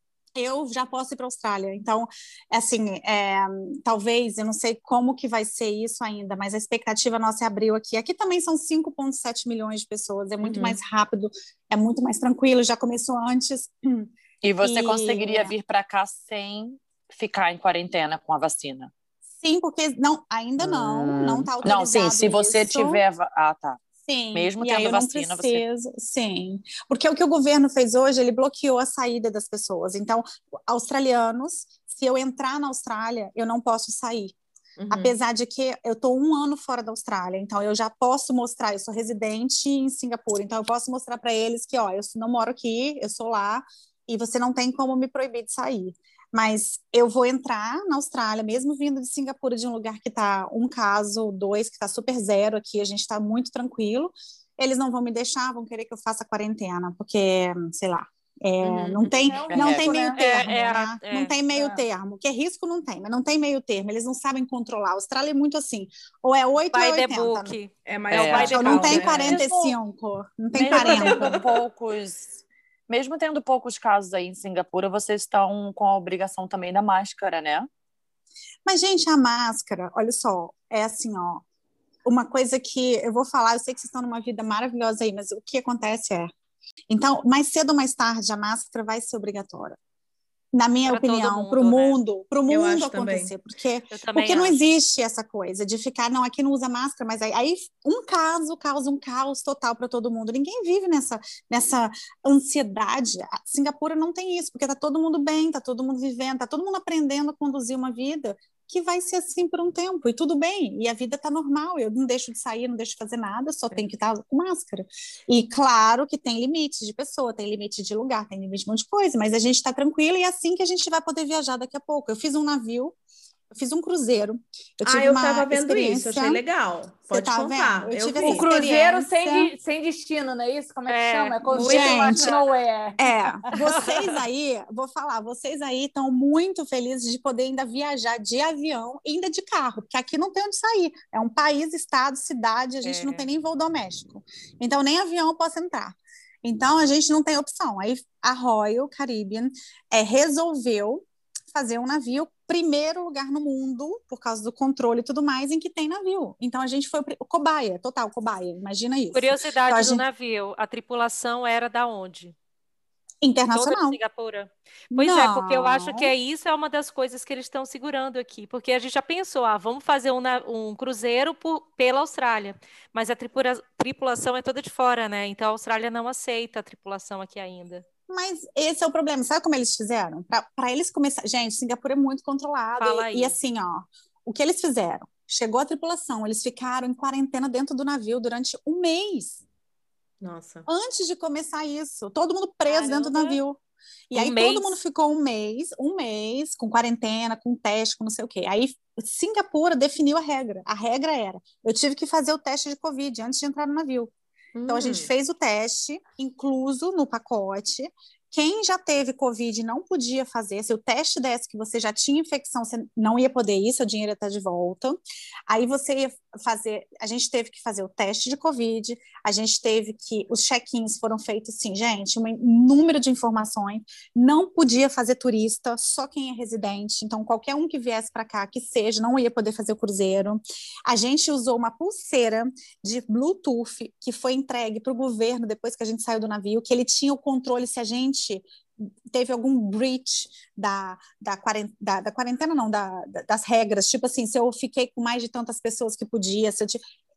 eu já posso ir para a Austrália. Então, assim, é, talvez, eu não sei como que vai ser isso ainda, mas a expectativa nossa é abril aqui. Aqui também são cinco vírgula sete milhões de pessoas, é muito Uhum. mais rápido, é muito mais tranquilo, já começou antes. E você E- conseguiria vir para cá sem ficar em quarentena com a vacina? Sim, porque não, ainda não, não está autorizado Não, sim, se você isso. tiver... va- Ah, tá. Sim, Mesmo e aí tendo eu não vacina, você... preciso, sim. Porque o que o governo fez hoje, ele bloqueou a saída das pessoas. Então, australianos, se eu entrar na Austrália, eu não posso sair. Uhum. Apesar de que eu estou um ano fora da Austrália, então eu já posso mostrar, eu sou residente em Singapura, então eu posso mostrar para eles que, ó, eu não moro aqui, eu sou lá, e você não tem como me proibir de sair. Mas eu vou entrar na Austrália, mesmo vindo de Singapura, de um lugar que está um caso, dois, que está super zero aqui, a gente está muito tranquilo. Eles não vão me deixar, vão querer que eu faça quarentena, porque, sei lá, é, Uhum. não tem, É um não risco, tem meio né? termo, É, é, né? é, não tem meio é. termo, que risco não tem, mas não tem meio termo, eles não sabem controlar. A Austrália é muito assim, ou é oito ou é By the oitenta. book. É mais É. É o by the Ou não book, tem né? quarenta e cinco, não tem Mesmo quarenta. tendo poucos... Mesmo tendo poucos casos aí em Singapura, vocês estão com a obrigação também da máscara, né? Mas, gente, a máscara, olha só, é assim, ó, uma coisa que eu vou falar, eu sei que vocês estão numa vida maravilhosa aí, mas o que acontece é, então, mais cedo ou mais tarde, a máscara vai ser obrigatória. Na minha Pra todo opinião, para o mundo, né? mundo, para o Eu mundo acho também. acontecer, porque, Eu também porque não acho. existe essa coisa de ficar, não, aqui não usa máscara, mas aí, aí um caso causa um caos total para todo mundo. Ninguém vive nessa, nessa ansiedade. A Singapura não tem isso, porque está todo mundo bem, está todo mundo vivendo, está todo mundo aprendendo a conduzir uma vida que vai ser assim por um tempo, e tudo bem, e a vida está normal, eu não deixo de sair, não deixo de fazer nada, só tenho que estar com máscara. E claro que tem limite de pessoa, tem limite de lugar, tem limite de um monte de coisa, mas a gente está tranquila e é assim que a gente vai poder viajar daqui a pouco. Eu fiz um navio, eu fiz um cruzeiro, eu tive Ah, eu uma estava vendo experiência... isso, achei legal. Você Pode tá contar, vendo? Eu eu tive vi. O essa cruzeiro sem, experiência. de- sem destino, não é isso? Como é que É, chama? É muito Gente, Constellation Nowhere. É, vocês aí, vou falar, vocês aí estão muito felizes de poder ainda viajar de avião e ainda de carro, porque aqui não tem onde sair. É um país, estado, cidade, a gente É. não tem nem voo doméstico. Então, nem avião eu posso entrar. Então, a gente não tem opção. Aí, a Royal Caribbean é, resolveu fazer um navio, primeiro lugar no mundo, por causa do controle e tudo mais, em que tem navio. Então, a gente foi o cobaia, total cobaia, imagina isso. Curiosidade Então, a do gente... navio, a tripulação era da onde? Toda de Internacional. Singapura? Pois é, porque eu acho que Não. é isso é uma das coisas que eles estão segurando aqui, porque a gente já pensou, ah, vamos fazer um, na- um cruzeiro por- pela Austrália, mas a tripula- tripulação é toda de fora, né? Então a Austrália não aceita a tripulação aqui ainda. Mas esse é o problema. Sabe como eles fizeram? Para eles começarem. Gente, Singapura é muito controlado. Fala E, e aí. assim, ó, o que eles fizeram? Chegou a tripulação, eles ficaram em quarentena dentro do navio durante um mês. Nossa. Antes de começar isso. Todo mundo preso dentro do Caramba. navio. E Um aí mês? todo mundo ficou um mês, um mês, com quarentena, com teste, com não sei o quê. Aí Singapura definiu a regra. A regra era: eu tive que fazer o teste de Covid antes de entrar no navio. Então, a gente Hum. fez o teste, incluso no pacote. Quem já teve Covid não podia fazer. Se o teste desse que você já tinha infecção, você não ia poder ir, seu dinheiro ia estar de volta. Aí você ia fazer... A gente teve que fazer o teste de Covid, a gente teve que... Os check-ins foram feitos, assim, gente, um número de informações. Não podia fazer turista, só quem é residente. Então, qualquer um que viesse para cá, que seja, não ia poder fazer o cruzeiro. A gente usou uma pulseira de Bluetooth que foi entregue para o governo depois que a gente saiu do navio, que ele tinha o controle se a gente teve algum breach da, da, quarentena, da, da quarentena, não, da, da, das regras, tipo assim, se eu fiquei com mais de tantas pessoas que podia, se eu t...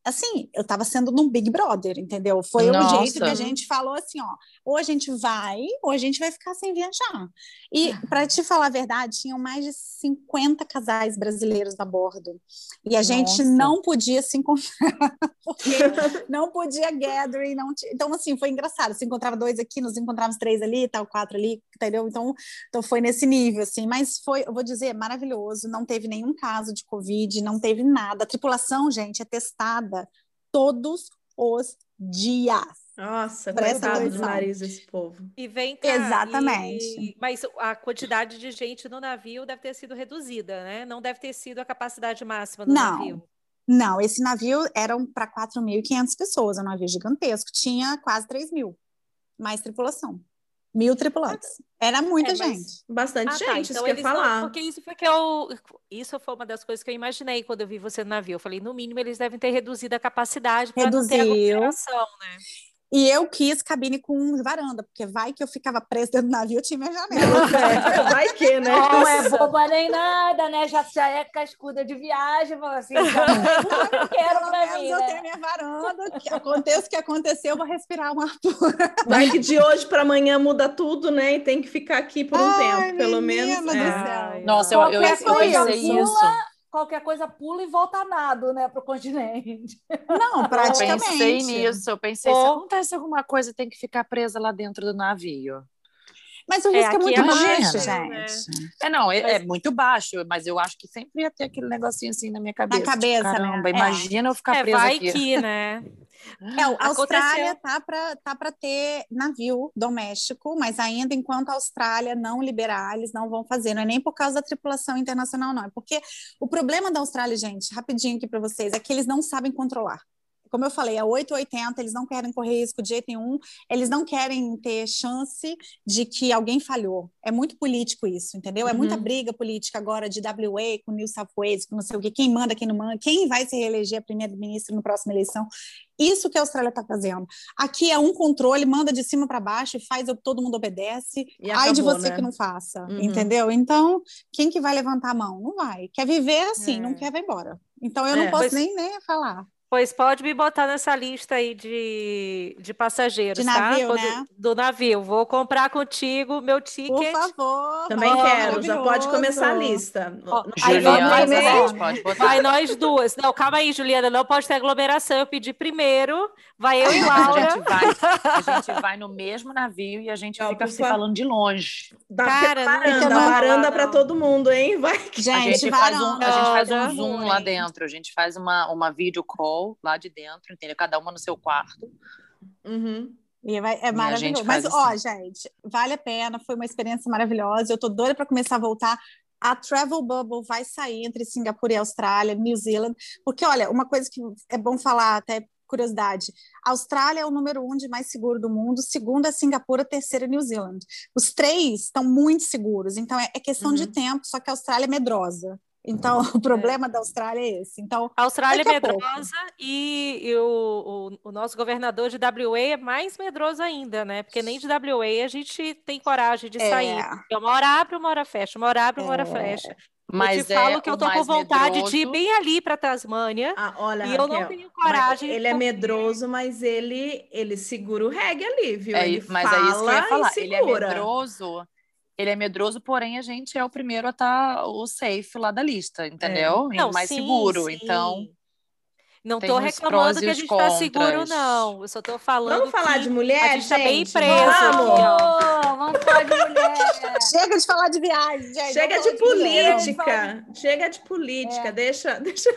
assim, eu estava sendo num Big Brother, entendeu? Foi Nossa. o jeito que a gente falou assim, ó, ou a gente vai, ou a gente vai ficar sem viajar. E, para te falar a verdade, tinham mais de cinquenta casais brasileiros a bordo. E a gente Nossa. não podia se encontrar, porque não podia gathering, não tinha... Então, assim, foi engraçado. Se encontrava dois aqui, nos encontrávamos três ali, tal, quatro ali, entendeu? Então, então foi nesse nível, assim. Mas foi, eu vou dizer, maravilhoso. Não teve nenhum caso de Covid, não teve nada. A tripulação, gente, é testada todos os dias. Nossa, Presta coitado do atenção. nariz desse povo. E vem cá, Exatamente. e- Mas a quantidade de gente no navio deve ter sido reduzida, né? Não deve ter sido a capacidade máxima do Não, navio. não. Esse navio eram para quatro mil e quinhentas pessoas, é um navio gigantesco. Tinha quase três mil, mais tripulação. Mil tripulantes. Era muita É, mas- gente. Bastante Ah, tá. gente, isso Então que eu ia eles não. falar. Porque isso foi que eu. Isso foi uma das coisas que eu imaginei quando eu vi você no navio. Eu falei, no mínimo, eles devem ter reduzido a capacidade para não ter Reduziu. aglomeração, né? E eu quis cabine com varanda, porque vai que eu ficava presa dentro do navio, eu tinha minha janela. É, vai que, né? Não é boba nem nada, né? Já, já é cascuda de viagem, fala assim, já não eu quero Pelo pra menos mim, eu né? tenho minha varanda, que aconteça o que acontecer, eu vou respirar um ar puro. Vai que de hoje para amanhã muda tudo, né? E tem que ficar aqui por um Ai, tempo, pelo menina menos. do É. céu. Nossa, eu, eu, Qualquer eu coisa pensei pula, isso. Qualquer coisa pula e volta a nado, né, pro continente. Não, Eu praticamente. pensei nisso, eu pensei, se Pô. acontece alguma coisa, tem que ficar presa lá dentro do navio. Mas o É, risco é, aqui muito é baixo, possível, né? gente. É, não, é, Mas- é muito baixo, mas eu acho que sempre ia ter aquele negocinho assim na minha cabeça. tipo, cabeça, caramba, né? É. imagina eu ficar É, presa vai aqui. que, né? É, a Austrália Aconteceu. tá para tá para ter navio doméstico, mas ainda enquanto a Austrália não liberar, eles não vão fazer. Não é nem por causa da tripulação internacional, não. É porque o problema da Austrália, gente, rapidinho aqui para vocês, é que eles não sabem controlar. Como eu falei, é oito ou oitenta, eles não querem correr risco de jeito nenhum, eles não querem ter chance de que alguém falhou. É muito político isso, entendeu? É Uhum. muita briga política agora de W A com New South Wales, com não sei o quê, quem manda, quem não manda, quem vai se reeleger primeiro-ministro na próxima eleição. Isso que a Austrália está fazendo. Aqui é um controle, manda de cima para baixo e faz, todo mundo obedece. E Ai de acabou, você né? que não faça, Uhum. entendeu? Então, quem que vai levantar a mão? Não vai. Quer viver assim, É. não quer, vai embora. Então, eu É. não posso Pois- nem, nem falar. Pois pode me botar nessa lista aí de, de passageiros, De tá? navio, Quando- né? Do navio. Vou comprar contigo meu Por ticket. favor. Também vai, quero, já pode maravilhoso. começar a lista. Ó, No- aí no Juliana, vamos- e-mail. exatamente, pode botar. Vai nós duas. Não, calma aí, Juliana. Não pode ter aglomeração. Eu pedi primeiro. Vai eu e Não, mas a Laura. gente, vai, a gente vai no mesmo navio e a gente Ó, fica por se fa- falando de longe. Dá Cara, pra não varanda, dá. varanda Não, para não. todo mundo, hein? Vai que... A Gente, gente, faz um, varanda. a gente faz um Varanda. zoom lá dentro, a gente faz uma, uma video call lá de dentro, entendeu? Cada uma no seu quarto. Uhum. E vai, é a maravilhoso. gente Mas, faz ó, assim. gente, vale a pena, foi uma experiência maravilhosa. Eu tô doida para começar a voltar. A Travel Bubble vai sair entre Singapura e Austrália, New Zealand, porque, olha, uma coisa que é bom falar, até curiosidade, a Austrália é o número um de mais seguro do mundo, segundo é Singapura, terceiro é New Zealand. Os três estão muito seguros, então é, é questão Uhum. de tempo, só que a Austrália é medrosa. Então, o problema da Austrália é esse. Então, A Austrália é daqui a pouco. medrosa e, e o, o, o nosso governador de W A é mais medroso ainda, né? Porque nem de W A a gente tem coragem de É. sair. Porque uma hora abre, uma hora fecha, uma hora abre, uma hora É. fecha. Mas eu te falo é que eu o tô com mais vontade de ir medroso. bem ali para Tasmânia. Ah, olha, E eu não Raquel, tenho mas coragem, ele é porque- medroso, mas ele, ele segura o reggae ali, viu? É, ele mas fala é isso que eu ia falar. e Ele é segura. medroso, ele é medroso, porém a gente é o primeiro a estar o safe lá da lista, entendeu? E Não, mais sim, seguro. sim. Não Não tem tô os reclamando prós e que a os gente tá seguro, contras. não. Eu só tô falando Vamos falar que de mulher, a gente tá bem gente? preso Vamos! aqui, ó. Vamos, vamos falar de mulher. Chega de falar de viagem, gente. Chega vamos de falar mulher. política, chega de política, É. deixa, deixa...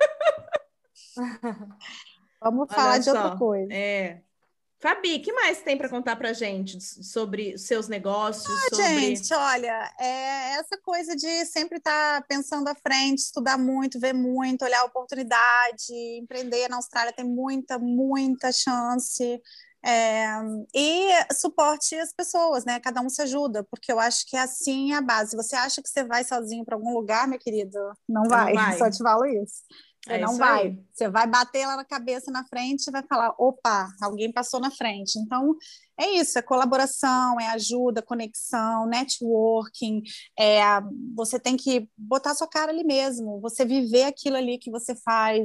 Vamos Olha falar de só, outra coisa. É. Fabi, o que mais tem para contar pra gente sobre os seus negócios, sobre... Gente, olha, é essa coisa de sempre estar pensando à frente, estudar muito, ver muito, olhar a oportunidade, empreender na Austrália tem muita, muita chance. É, e suporte as pessoas, né? Cada um se ajuda, porque eu acho que assim é a base. Você acha que você vai sozinho para algum lugar, meu querido? Não vai, vai. só te falo isso. Você É não isso vai. aí. Você vai bater lá na cabeça na frente e vai falar: opa, alguém passou na frente. Então, é isso: é colaboração, é ajuda, conexão, networking. É, você tem que botar sua cara ali mesmo, você viver aquilo ali que você faz,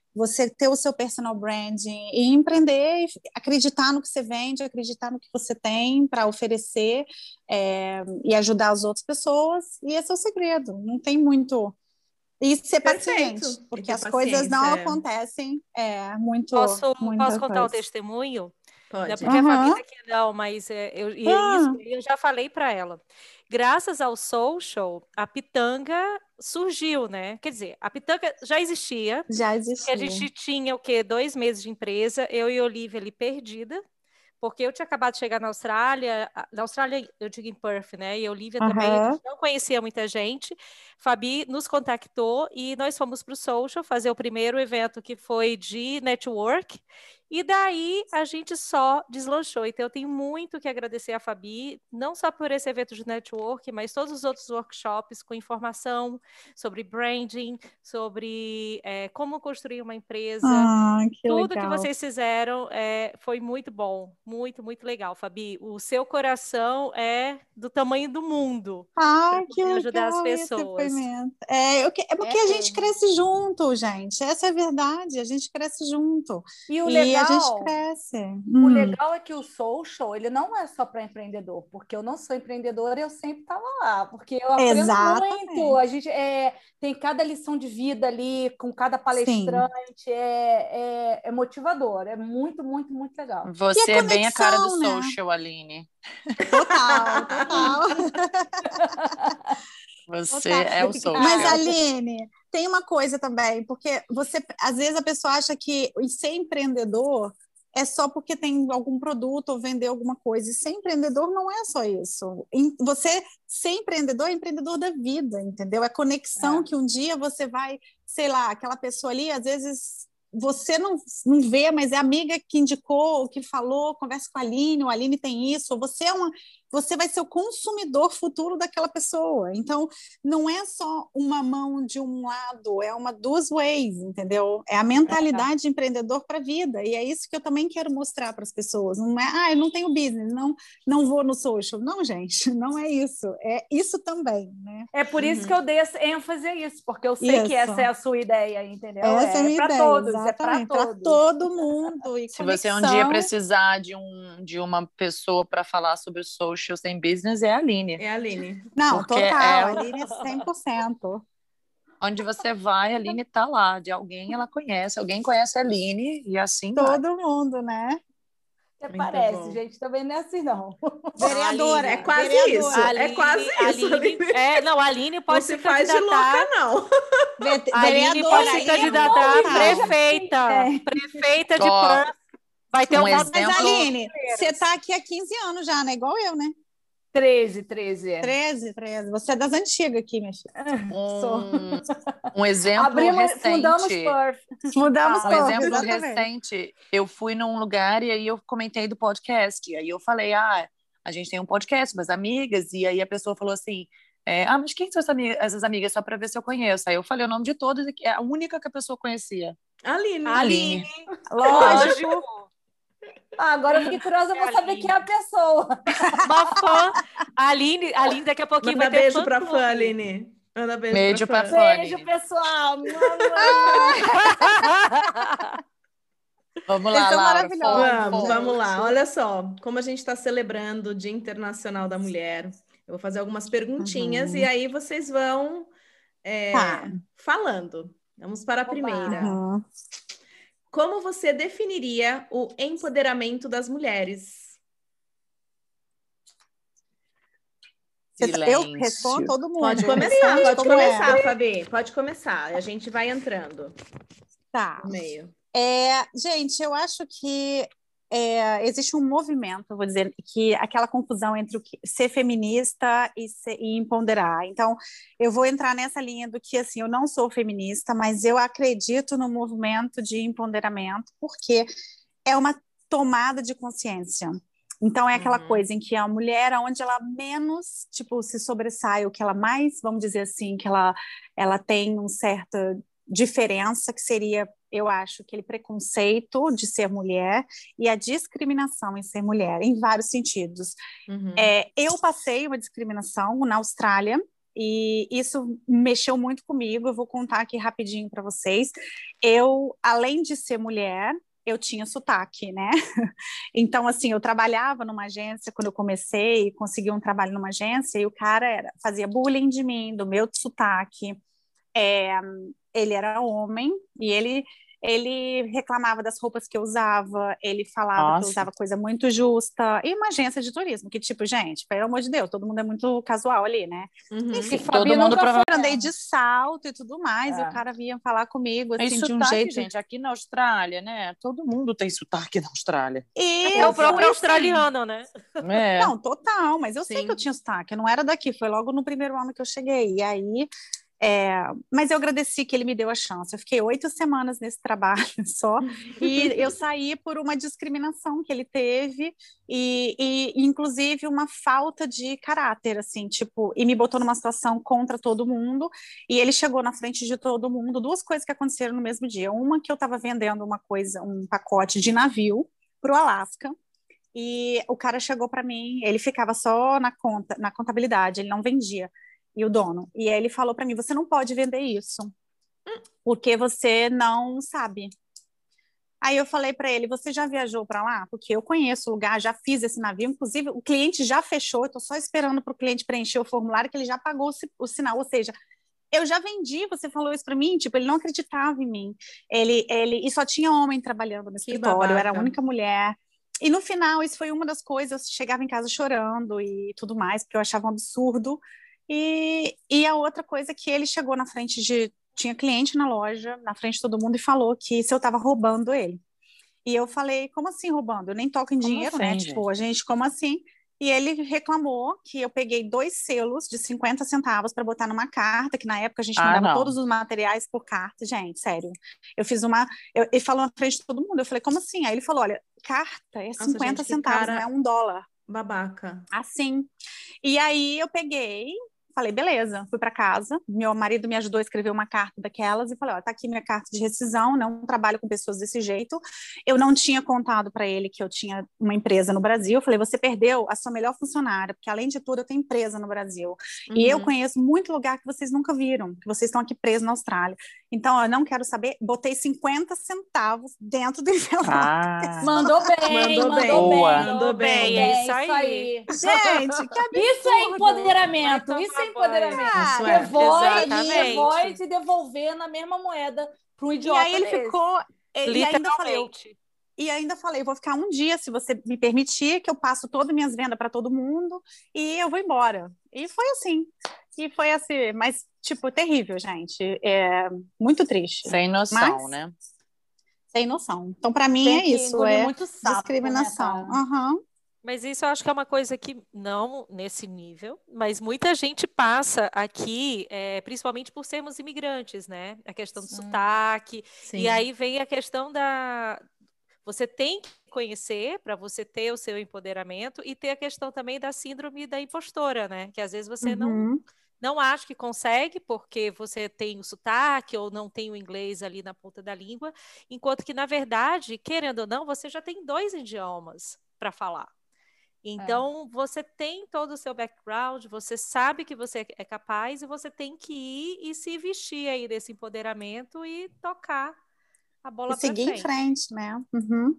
você ter o seu personal branding e empreender, e acreditar no que você vende, acreditar no que você tem para oferecer é, e ajudar as outras pessoas, e esse é o segredo, não tem muito... E ser Perfeito. paciente, porque E as ter coisas não paciência, é. acontecem é, muito... Posso, muita posso contar o coisa. testemunho? Não é Pode. porque a Fabi Uhum. tá aqui não, mas é, eu, e é Ah. isso que eu já falei para ela. Graças ao social, a Pitanga surgiu, né? Quer dizer, a Pitanga já existia, Já porque a existia. gente tinha o quê? Dois meses de empresa, eu e a Olivia ali perdida, porque eu tinha acabado de chegar na Austrália, na Austrália eu digo em Perth, né? E a Olivia também, a Uhum. gente não conhecia muita gente. Fabi nos contactou e nós fomos para o social fazer o primeiro evento que foi de network. E daí a gente só deslanchou. Então eu tenho muito que agradecer a Fabi, não só por esse evento de network, mas todos os outros workshops com informação sobre branding, sobre é, como construir uma empresa. Ah, que Tudo que legal. vocês fizeram é, foi muito bom, muito, muito legal, Fabi. O seu coração é do tamanho do mundo Ah, para que poder ajudar as legal esse pessoas. depoimento. É, eu que- é porque É a gente mesmo. cresce junto, gente. Essa é a verdade. A gente cresce junto. E o E a gente legal, cresce. o Hum, legal é que o social, ele não é só para empreendedor, porque eu não sou empreendedora, eu sempre estava lá, porque eu aprendo muito. A exatamente. gente é, tem cada lição de vida ali, com cada Sim. palestrante, é, é, é motivador, é muito, muito, muito legal. E a Você é bem a cara do conexão, né? social, Aline. Total, total. Você Total. é o Mas, social. Aline, tem uma coisa também, porque você, às vezes a pessoa acha que ser empreendedor é só porque tem algum produto ou vender alguma coisa. E ser empreendedor não é só isso. Em- Você ser empreendedor é empreendedor da vida, entendeu? É conexão É. que um dia você vai, sei lá, aquela pessoa ali, às vezes você não, não vê, mas é a amiga que indicou, que falou, conversa com a Aline, ou a Aline tem isso, ou você é uma, você vai ser o consumidor futuro daquela pessoa. Então, não é só uma mão de um lado, é uma duas ways, entendeu? É a mentalidade de empreendedor para a vida, e é isso que eu também quero mostrar para as pessoas. Não é, ah, eu não tenho business, não, não vou no social. Não, gente, não é isso. É isso também, né? É por isso Uhum. que eu dei esse ênfase a isso, porque eu sei que Isso. essa é a sua ideia, entendeu? Essa é a É minha para ideia, todos, é para exatamente, para todos. todo mundo. E Se você um dia conexão. precisar de, um, de uma pessoa para falar sobre o social sem business, é a Aline. É a Aline. Não, Porque total, é a Aline é cem por cento. onde você vai, a Aline tá lá. De alguém ela conhece, alguém conhece a Aline e assim vai. Todo mundo, né? Até Muito parece, bom. gente, também não é assim, não. Vereadora. É quase vereadora. isso. A É Aline- quase a isso, Aline- Aline. é, não, a Aline pode Não se se faz de candidatar. louca, não. Ve- A Aline vereadora, pode se Aline, candidatar a total. prefeita. É. Prefeita de Ó, Perth. Vai ter um um voto Mas, exemplo- Aline, você tá aqui há quinze anos já, né? Igual eu, né? treze, treze. é. treze, treze. Você é das antigas aqui, minha filha. Sou. Um, um exemplo Abrimos, fundamos recente. Perth. Mudamos Ah, Um corpo, exemplo exatamente. recente, eu fui num lugar e aí eu comentei do podcast. E aí eu falei, ah, a gente tem um podcast, umas amigas. E aí a pessoa falou assim, é, ah, mas quem são essas amigas, essas amigas? Só para ver se eu conheço. Aí eu falei o nome de todas, e é a única que a pessoa conhecia. Aline. Aline. Lógico. Ah, agora eu fiquei curiosa, eu vou É a saber Aline. quem é a pessoa. Uma fã. A Aline, a Aline daqui a pouquinho Manda vai ter beijo fã pra clube. fã, Aline. Manda beijo, Beijo pra pra fã. fã. Beijo, Aline. pessoal. Vamos Vocês lá, são Laura. maravilhosos. foco, Vamos, foco. vamos lá. Olha só, como a gente está celebrando o Dia Internacional da Mulher, eu vou fazer algumas perguntinhas Uhum. e aí vocês vão é, Tá. falando. Vamos para a Oba. primeira. Uhum. Como você definiria o empoderamento das mulheres? Você tá- Eu Silêncio. respondo todo mundo. Pode Eu começar, respondo pode como é. começar, Fabi. Pode começar. A gente vai entrando Tá. no meio. É, gente, eu acho que é, existe um movimento, vou dizer, que aquela confusão entre o que, ser feminista e, ser, e empoderar. Então, eu vou entrar nessa linha do que, assim, eu não sou feminista, mas eu acredito no movimento de empoderamento, porque é uma tomada de consciência. Então, é aquela Uhum. coisa em que a mulher, onde ela menos, tipo, se sobressai, o que ela mais, vamos dizer assim, que ela, ela tem uma certa diferença, que seria, eu acho, aquele preconceito de ser mulher e a discriminação em ser mulher, em vários sentidos. Uhum. É, eu passei uma discriminação na Austrália, E isso mexeu muito comigo. Eu vou contar aqui rapidinho para vocês. Eu, além de ser mulher, eu tinha sotaque, né? Então, assim, eu trabalhava numa agência quando eu comecei, consegui um trabalho numa agência, e o cara era, fazia bullying de mim, do meu sotaque. É, ele era homem, e ele... Ele reclamava das roupas que eu usava, ele falava Nossa. que eu usava coisa muito justa. E uma agência de turismo, que tipo, gente, pelo amor de Deus, todo mundo é muito casual ali, né? Uhum. Enfim, e todo mundo provavelmente andei de salto e tudo mais, é. e o cara vinha falar comigo assim, é de sotaque, um jeito... gente, aqui na Austrália, né? Todo mundo tem sotaque na Austrália. E é o próprio australiano, né? É. Não, total, mas eu Sim. sei que eu tinha sotaque, eu não era daqui, foi logo no primeiro ano que eu cheguei, e aí... É, mas eu agradeci que ele me deu a chance. Eu fiquei oito semanas nesse trabalho só, e eu saí por uma discriminação que ele teve, e, e inclusive uma falta de caráter, assim, tipo, e me botou numa situação contra todo mundo, e ele chegou na frente de todo mundo. Duas coisas que aconteceram no mesmo dia. Uma, que eu estava vendendo uma coisa, um pacote de navio para o Alasca, e o cara chegou para mim, ele ficava só na conta, na contabilidade, ele não vendia. E o dono. E aí ele falou para mim, você não pode vender isso, porque você não sabe. Aí eu falei para ele, você já viajou para lá? Porque eu conheço o lugar, já fiz esse navio, inclusive o cliente já fechou, eu estou só esperando para o cliente preencher o formulário, que ele já pagou o sinal, ou seja, eu já vendi, você falou isso para mim, tipo, ele não acreditava em mim. Ele, ele, e só tinha homem trabalhando no escritório, eu era a única mulher. E no final, isso foi uma das coisas, eu chegava em casa chorando e tudo mais, porque eu achava um absurdo. E, e a outra coisa é que ele chegou na frente de... Tinha cliente na loja, na frente de todo mundo, e falou que se eu estava roubando ele. E eu falei, como assim roubando? Eu nem toco em como dinheiro, assim, né? Gente? Tipo, a gente, como assim? E ele reclamou que eu peguei dois selos de cinquenta centavos para botar numa carta, que na época a gente mandava ah, todos os materiais por carta. Gente, sério. Eu fiz uma... Eu, ele falou na frente de todo mundo. Eu falei, como assim? Aí ele falou, olha, carta é Nossa, cinquenta gente, centavos, não é um dólar. Babaca. Assim. E aí eu peguei, falei, beleza, fui para casa, meu marido me ajudou a escrever uma carta daquelas e falei, ó, tá aqui minha carta de rescisão, não trabalho com pessoas desse jeito. Eu não tinha contado para ele que eu tinha uma empresa no Brasil, eu falei, você perdeu a sua melhor funcionária, porque além de tudo eu tenho empresa no Brasil. Uhum. E eu conheço muito lugar que vocês nunca viram, que vocês estão aqui presos na Austrália. Então, eu não quero saber, botei cinquenta centavos dentro do envelope. Ah. Mandou bem, mandou, mandou bem. Boa. Mandou bem, é isso aí. Gente, que absurdo. Isso é empoderamento, isso é empoderamento. Ah, devolve, devolve e devolver na mesma moeda para um idiota. E aí ele desse. ficou. E ainda falei. E ainda falei, vou ficar um dia, se você me permitir, que eu passo todas as minhas vendas para todo mundo e eu vou embora. E foi assim. E foi assim, mas, tipo, terrível, gente. É muito triste. Sem noção, mas, né? Sem noção. Então, para mim, Tem é isso. É muito sapo, discriminação. Né, uhum. Mas isso eu acho que é uma coisa que, não nesse nível, mas muita gente passa aqui, é, principalmente por sermos imigrantes, né? A questão do Sim. sotaque. Sim. E aí vem a questão da... Você tem que conhecer para você ter o seu empoderamento e ter a questão também da síndrome da impostora, né? Que às vezes você uhum. não, não acha que consegue porque você tem o sotaque ou não tem o inglês ali na ponta da língua, enquanto que, na verdade, querendo ou não, você já tem dois idiomas para falar. Então, é. você tem todo o seu background, você sabe que você é capaz e você tem que ir e se vestir aí desse empoderamento e tocar a bola para frente. Seguir em frente, né? Uhum.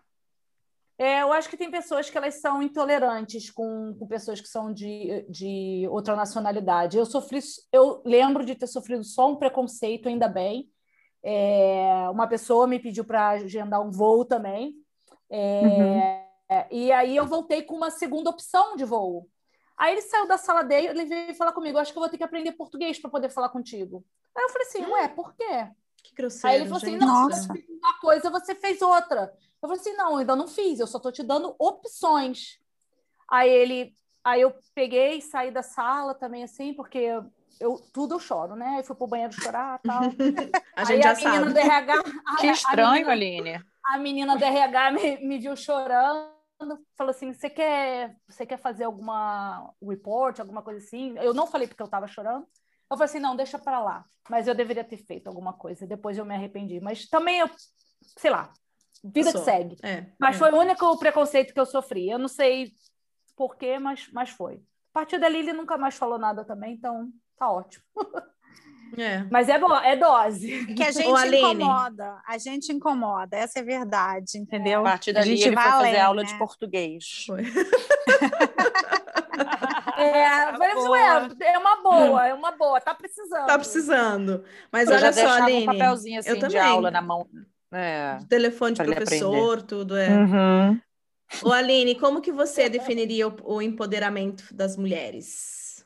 É, eu acho que tem pessoas que elas são intolerantes com, com pessoas que são de, de outra nacionalidade. Eu sofri, eu lembro de ter sofrido só um preconceito, ainda bem. É, uma pessoa me pediu para agendar um voo também. É, uhum. E aí eu voltei com uma segunda opção de voo. Aí ele saiu da sala dele, ele veio falar comigo, acho que eu vou ter que aprender português para poder falar contigo. Aí eu falei assim, ué, por quê? Que grosseiro, Aí ele falou assim, gente. não, você fez uma coisa, você fez outra. Eu falei assim, não, ainda não fiz, eu só estou te dando opções. Aí ele, aí eu peguei e saí da sala também, assim, porque eu, eu tudo eu choro, né? Aí fui pro banheiro chorar e tal. A gente aí já a menina sabe. do R H... Que a, estranho, a menina, Aline. A menina do R H me, me viu chorando, falou assim, você quer, você quer fazer alguma report, alguma coisa assim? Eu não falei porque eu estava chorando. Eu falei assim, não, deixa para lá. Mas eu deveria ter feito alguma coisa. Depois eu me arrependi. Mas também eu, sei lá, vida que segue. É, mas é. foi o único preconceito que eu sofri. Eu não sei por quê, mas, mas foi. A partir dali ele nunca mais falou nada também, então tá ótimo. É. Mas é, bo- é dose. Que a gente Ô, Aline. incomoda, a gente incomoda, essa é a verdade, entendeu? A partir A dali gente ele vai foi fazer além, aula né? de português. Foi. É, mas, Boa. ué, é uma boa, é uma boa, tá precisando. Tá precisando. Mas Eu já olha só, deixava Aline, um papelzinho assim eu de também. aula na mão. É, De telefone de pra ele professor, tudo é. Uhum. Ô, Aline, como que você definiria o, o empoderamento das mulheres?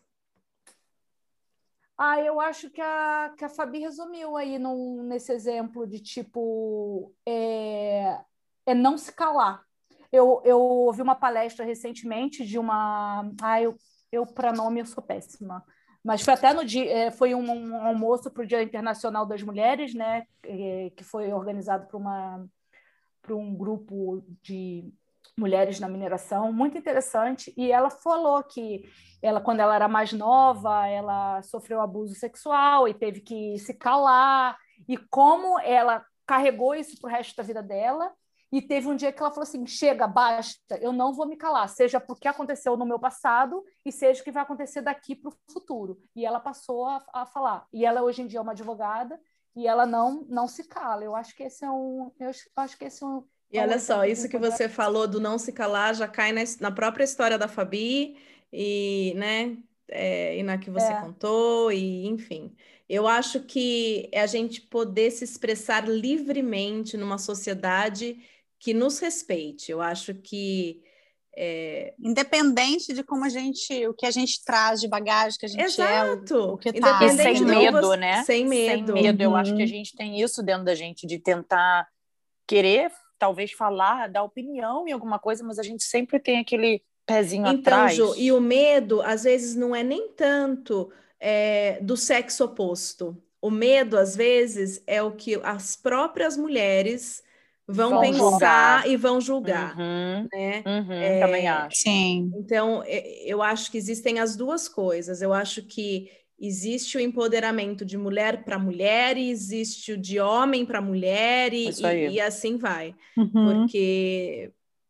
Ah, eu acho que a, que a Fabi resumiu aí num, nesse exemplo de tipo é, é não se calar. Eu, eu ouvi uma palestra recentemente de uma. Ah, eu, eu para nome eu sou péssima. Mas foi até no dia, é, foi um, um almoço para o Dia Internacional das Mulheres, né? É, que foi organizado por uma para um grupo de mulheres na mineração, muito interessante. E ela falou que ela, quando ela era mais nova, ela sofreu abuso sexual e teve que se calar, e como ela carregou isso para o resto da vida dela. E teve um dia que ela falou assim: chega, basta, eu não vou me calar, seja porque aconteceu no meu passado e seja o que vai acontecer daqui para o futuro. E ela passou a, a falar. E ela hoje em dia é uma advogada e ela não, não se cala. Eu acho que esse é um. Eu acho que esse é um. E olha só, isso que você falou do não se calar já cai na, na própria história da Fabi e, né, é, e na que você É. contou, e enfim. Eu acho que é a gente poder se expressar livremente numa sociedade que nos respeite. Eu acho que é... independente de como a gente, o que a gente traz de bagagem, que a gente Exato. é, o, o que tá. E sem Independente de medo, você- né? Sem medo. Sem medo. Eu Uhum. acho que a gente tem isso dentro da gente, de tentar querer, talvez, falar, dar opinião em alguma coisa, mas a gente sempre tem aquele pezinho Então, atrás. Jo, e o medo, às vezes, não é nem tanto é, do sexo oposto. O medo, às vezes, é o que as próprias mulheres vão, Vão pensar julgar. e vão julgar, Uhum, né? uhum, É, também acho. Sim. Então, é, eu acho que existem as duas coisas. Eu acho que existe o empoderamento de mulher para mulher e existe o de homem para mulher e, Isso aí. e, e assim vai. Uhum. Porque,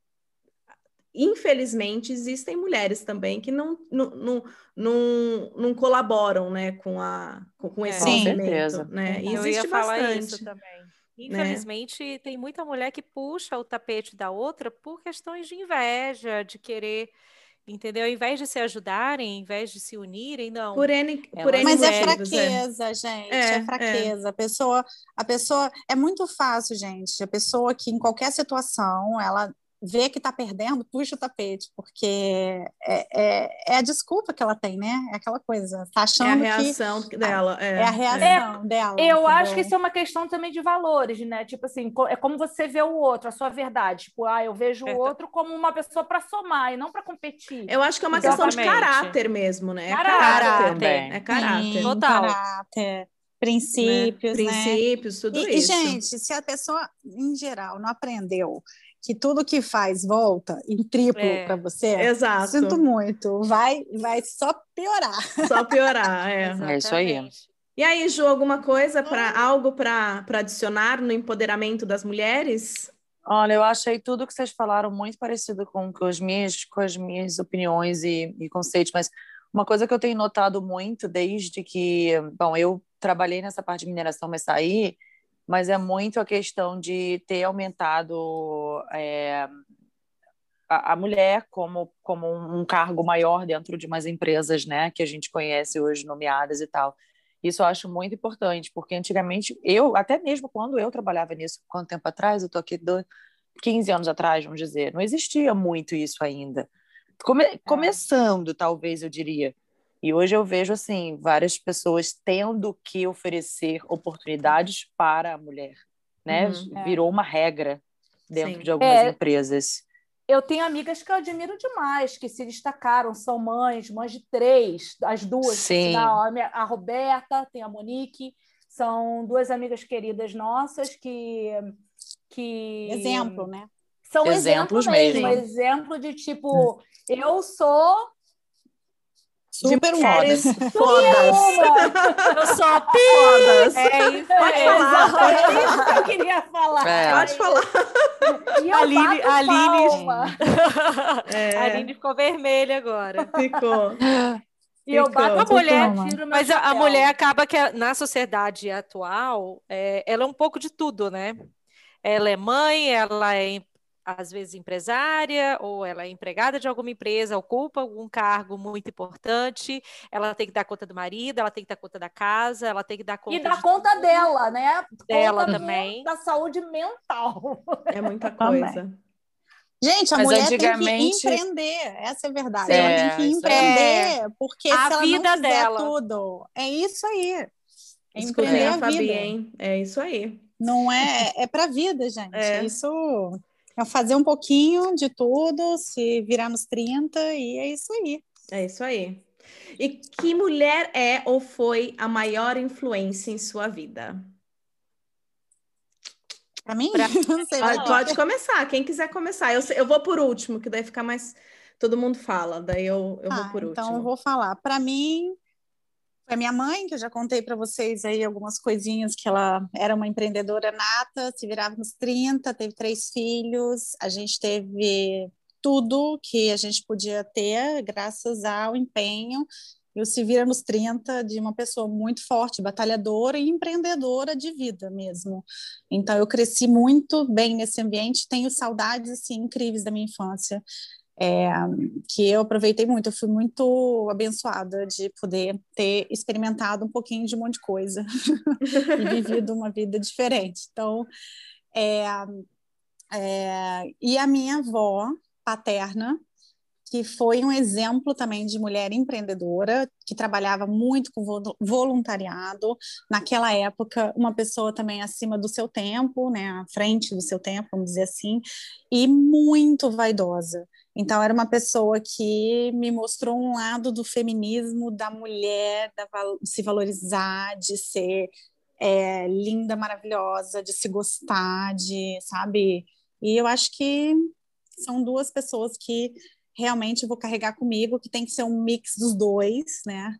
infelizmente, existem mulheres também que não, não, não, não, não colaboram, né, com, a, com, com esse É. Com movimento. certeza. Né? E Eu existe ia falar bastante. isso também. Infelizmente, tem muita mulher que puxa o tapete da outra por questões de inveja, de querer, entendeu? Ao invés de se ajudarem, ao invés de se unirem, não. Por N, Elas por N Mas é motivos, é. fraqueza, gente, É, é, fraqueza. A pessoa, a pessoa é muito fácil, gente. A pessoa que em qualquer situação ela vê que está perdendo, puxa o tapete, porque é, é, é a desculpa que ela tem, né? É aquela coisa, tá É a achando reação que dela. É, é a reação dela. Eu entendeu? acho que isso é uma questão também de valores, né? Tipo assim, co- é como você vê o outro, a sua verdade. Tipo, ah, eu vejo o Verdade. outro como uma pessoa para somar e não para competir. Eu acho que é uma questão de Exatamente. caráter mesmo, né? É Caráter. caráter. Também. É caráter. Sim, Total. caráter, princípios, né? né? Princípios, tudo E, e, isso. gente, se a pessoa, em geral, não aprendeu que tudo que faz volta em triplo É. para você, Exato. sinto muito, vai, vai só piorar. Só piorar, é. É isso aí. Exatamente. E aí, Ju, alguma coisa para algo para adicionar no empoderamento das mulheres? Olha, eu achei tudo que vocês falaram muito parecido com, com, as, minhas, com as minhas opiniões e, e conceitos, mas uma coisa que eu tenho notado muito desde que, bom, eu trabalhei nessa parte de mineração, mas saí, mas é muito a questão de ter aumentado é, a, a mulher como, como um cargo maior dentro de umas empresas, né, que a gente conhece hoje, nomeadas e tal. Isso eu acho muito importante, porque antigamente, eu, até mesmo quando eu trabalhava nisso, quanto tempo atrás, eu estou aqui do, quinze anos atrás, vamos dizer, não existia muito isso ainda. Come, é. Começando, talvez, eu diria. E hoje eu vejo, assim, várias pessoas tendo que oferecer oportunidades para a mulher, né? Uhum. Virou uma regra dentro Sim. de algumas É. empresas. Eu tenho amigas que eu admiro demais, que se destacaram, são mães, mães de três, as duas. Sim. A, a Roberta, tem a Monique, são duas amigas queridas nossas que... que... Exemplo, né? São Exemplos exemplo mesmo, mesmo. exemplo de tipo, eu sou Super mulheres foda. fodas. uma. Eu sou Fodas. É isso. Pode É falar. exatamente isso que eu queria falar. É. Pode falar. E eu Aline, bato Aline, palma. É. a Aline ficou vermelha agora. Ficou. E eu bato a mulher, tiro meu Mas a, a chapéu. mulher acaba que na sociedade atual, é, ela é um pouco de tudo, né? Ela é mãe, ela é às vezes empresária, ou ela é empregada de alguma empresa, ocupa algum cargo muito importante, ela tem que dar conta do marido, ela tem que dar conta da casa, ela tem que dar conta E dar de conta tudo. dela, né? Dela Conta também. da saúde mental. É muita coisa. Gente, a Mas mulher antigamente... tem que empreender, essa é a verdade. Sim. Ela tem que É, isso aí. empreender, porque A se ela não vida fizer dela. tudo, é isso aí. É Escutei empreender a a Fabi, vida. hein? É isso aí. Não é, é para a vida, gente. É. Isso é fazer um pouquinho de tudo, se virar nos trinta, e é isso aí. É isso aí. E que mulher é ou foi a maior influência em sua vida? Para mim? Pra- Não sei, Ah, vai. pode começar, quem quiser começar. Eu, eu vou por último, que daí fica mais... Todo mundo fala, daí eu, eu vou Ah, por então último. eu vou falar. Para mim, foi a minha mãe, que eu já contei para vocês aí algumas coisinhas, que ela era uma empreendedora nata, se virava nos trinta, teve três filhos, a gente teve tudo que a gente podia ter, graças ao empenho e o se vira nos trinta de uma pessoa muito forte, batalhadora e empreendedora de vida mesmo. Então eu cresci muito bem nesse ambiente, tenho saudades assim incríveis da minha infância. É, que eu aproveitei muito, eu fui muito abençoada de poder ter experimentado um pouquinho de um monte de coisa e vivido uma vida diferente. Então, é, é, e a minha avó paterna, que foi um exemplo também de mulher empreendedora, que trabalhava muito com voluntariado. Naquela época, uma pessoa também acima do seu tempo, né, à frente do seu tempo, vamos dizer assim, e muito vaidosa. Então, era uma pessoa que me mostrou um lado do feminismo, da mulher, da val- de se valorizar, de ser é, linda, maravilhosa, de se gostar, de, sabe? E eu acho que são duas pessoas que realmente eu vou carregar comigo, que tem que ser um mix dos dois, né?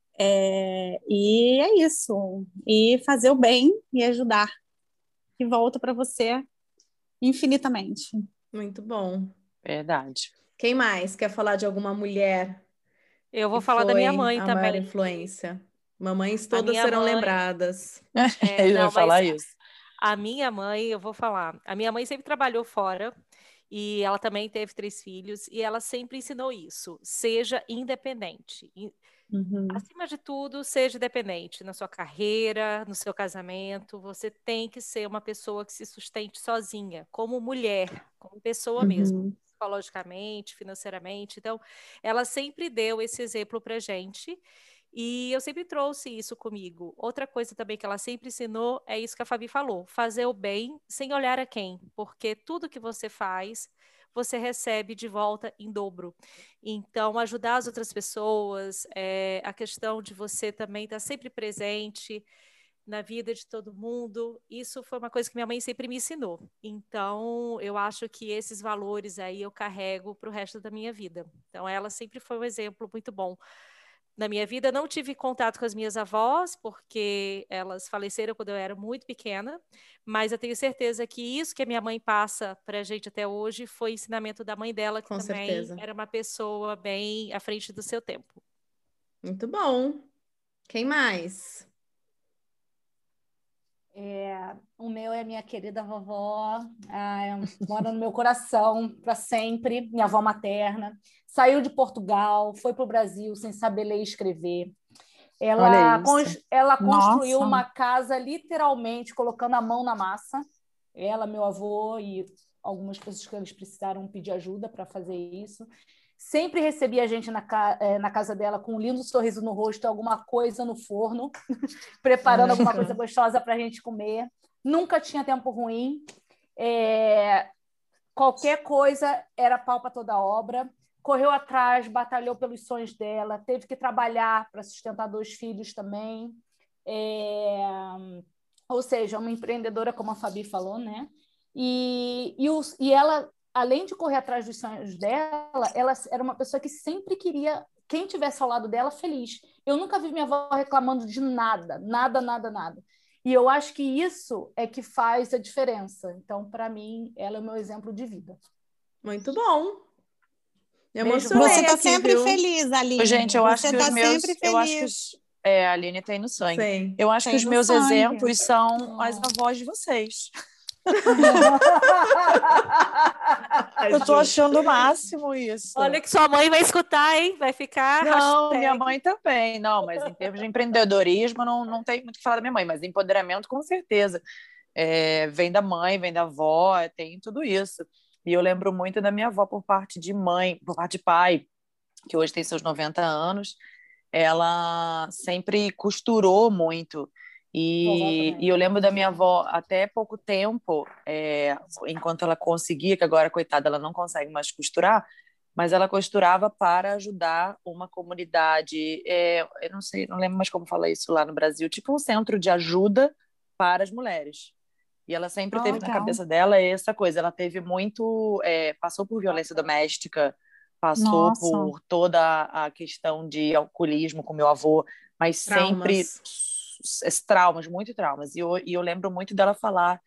É, e é isso. E fazer o bem e ajudar, que volta para você infinitamente. Muito bom. Verdade. Quem mais quer falar de alguma mulher Eu vou que falar da minha foi mãe a maior também. influência? Mamães A todas minha serão mãe, lembradas. é, Ele vai não, mas falar isso. a minha mãe, eu vou falar. A minha mãe sempre trabalhou fora e ela também teve três filhos e ela sempre ensinou isso: seja independente. In- Uhum. Acima de tudo, seja independente na sua carreira, no seu casamento. Você tem que ser uma pessoa que se sustente sozinha, como mulher, como pessoa mesmo, Uhum. psicologicamente, financeiramente. Então, ela sempre deu esse exemplo para gente. E eu sempre trouxe isso comigo. Outra coisa também que ela sempre ensinou é isso que a Fabi falou: fazer o bem sem olhar a quem, porque tudo que você faz, você recebe de volta em dobro. Então, ajudar as outras pessoas, é, a questão de você também estar sempre presente na vida de todo mundo, isso foi uma coisa que minha mãe sempre me ensinou. Então, eu acho que esses valores aí eu carrego para o resto da minha vida. Então, ela sempre foi um exemplo muito bom na minha vida. Não tive contato com as minhas avós, porque elas faleceram quando eu era muito pequena, mas eu tenho certeza que isso que a minha mãe passa para a gente até hoje foi ensinamento da mãe dela, que Com também certeza. era uma pessoa bem à frente do seu tempo. Muito bom. Quem mais? É, o meu é minha querida vovó, ah, é, mora no meu coração para sempre, minha avó materna. Saiu de Portugal, foi para o Brasil sem saber ler e escrever. Ela, Olha isso. cons- ela construiu Nossa. uma casa literalmente colocando a mão na massa. Ela, meu avô e algumas pessoas que eles precisaram pedir ajuda para fazer isso. Sempre recebia a gente na, ca- eh, na casa dela com um lindo sorriso no rosto, alguma coisa no forno, preparando Olha alguma só. coisa gostosa para a gente comer. Nunca tinha tempo ruim. É, qualquer coisa era pau para toda obra. Correu atrás, batalhou pelos sonhos dela, teve que trabalhar para sustentar dois filhos também. É, ou seja, uma empreendedora, como a Fabi falou, né? E, e, os, e ela, além de correr atrás dos sonhos dela, ela era uma pessoa que sempre queria quem tivesse ao lado dela feliz. Eu nunca vi minha avó reclamando de nada, nada, nada, nada. E eu acho que isso é que faz a diferença. Então, para mim, ela é o meu exemplo de vida. Muito bom. Emocionei Você tá aqui, sempre viu? feliz, Aline. Gente, eu Você acho que tá os meus... sempre Eu acho que feliz. os, é, a Aline tem no sangue. Sei. Eu acho Tem que os no meus sangue. exemplos são as avós de vocês. Eu tô achando o máximo isso. Olha que sua mãe vai escutar, hein? Vai ficar. Não, hashtag. minha mãe também. Não, mas em termos de empreendedorismo, não, não tem muito o que falar da minha mãe, mas empoderamento, com certeza. É, vem da mãe, vem da avó, tem tudo isso. E eu lembro muito da minha avó por parte de mãe, por parte de pai, que hoje tem seus noventa anos. Ela sempre costurou muito. E, e eu lembro da minha avó até pouco tempo, é, enquanto ela conseguia, que agora, coitada, ela não consegue mais costurar, mas ela costurava para ajudar uma comunidade, é, eu não sei, não lembro mais como fala isso lá no Brasil, tipo um centro de ajuda para as mulheres. E ela sempre Ah, teve na legal. cabeça dela essa coisa, ela teve muito, é, passou por violência doméstica, passou Nossa. por toda a questão de alcoolismo com meu avô, mas sempre esses traumas, muito traumas. E eu, e eu lembro muito dela falar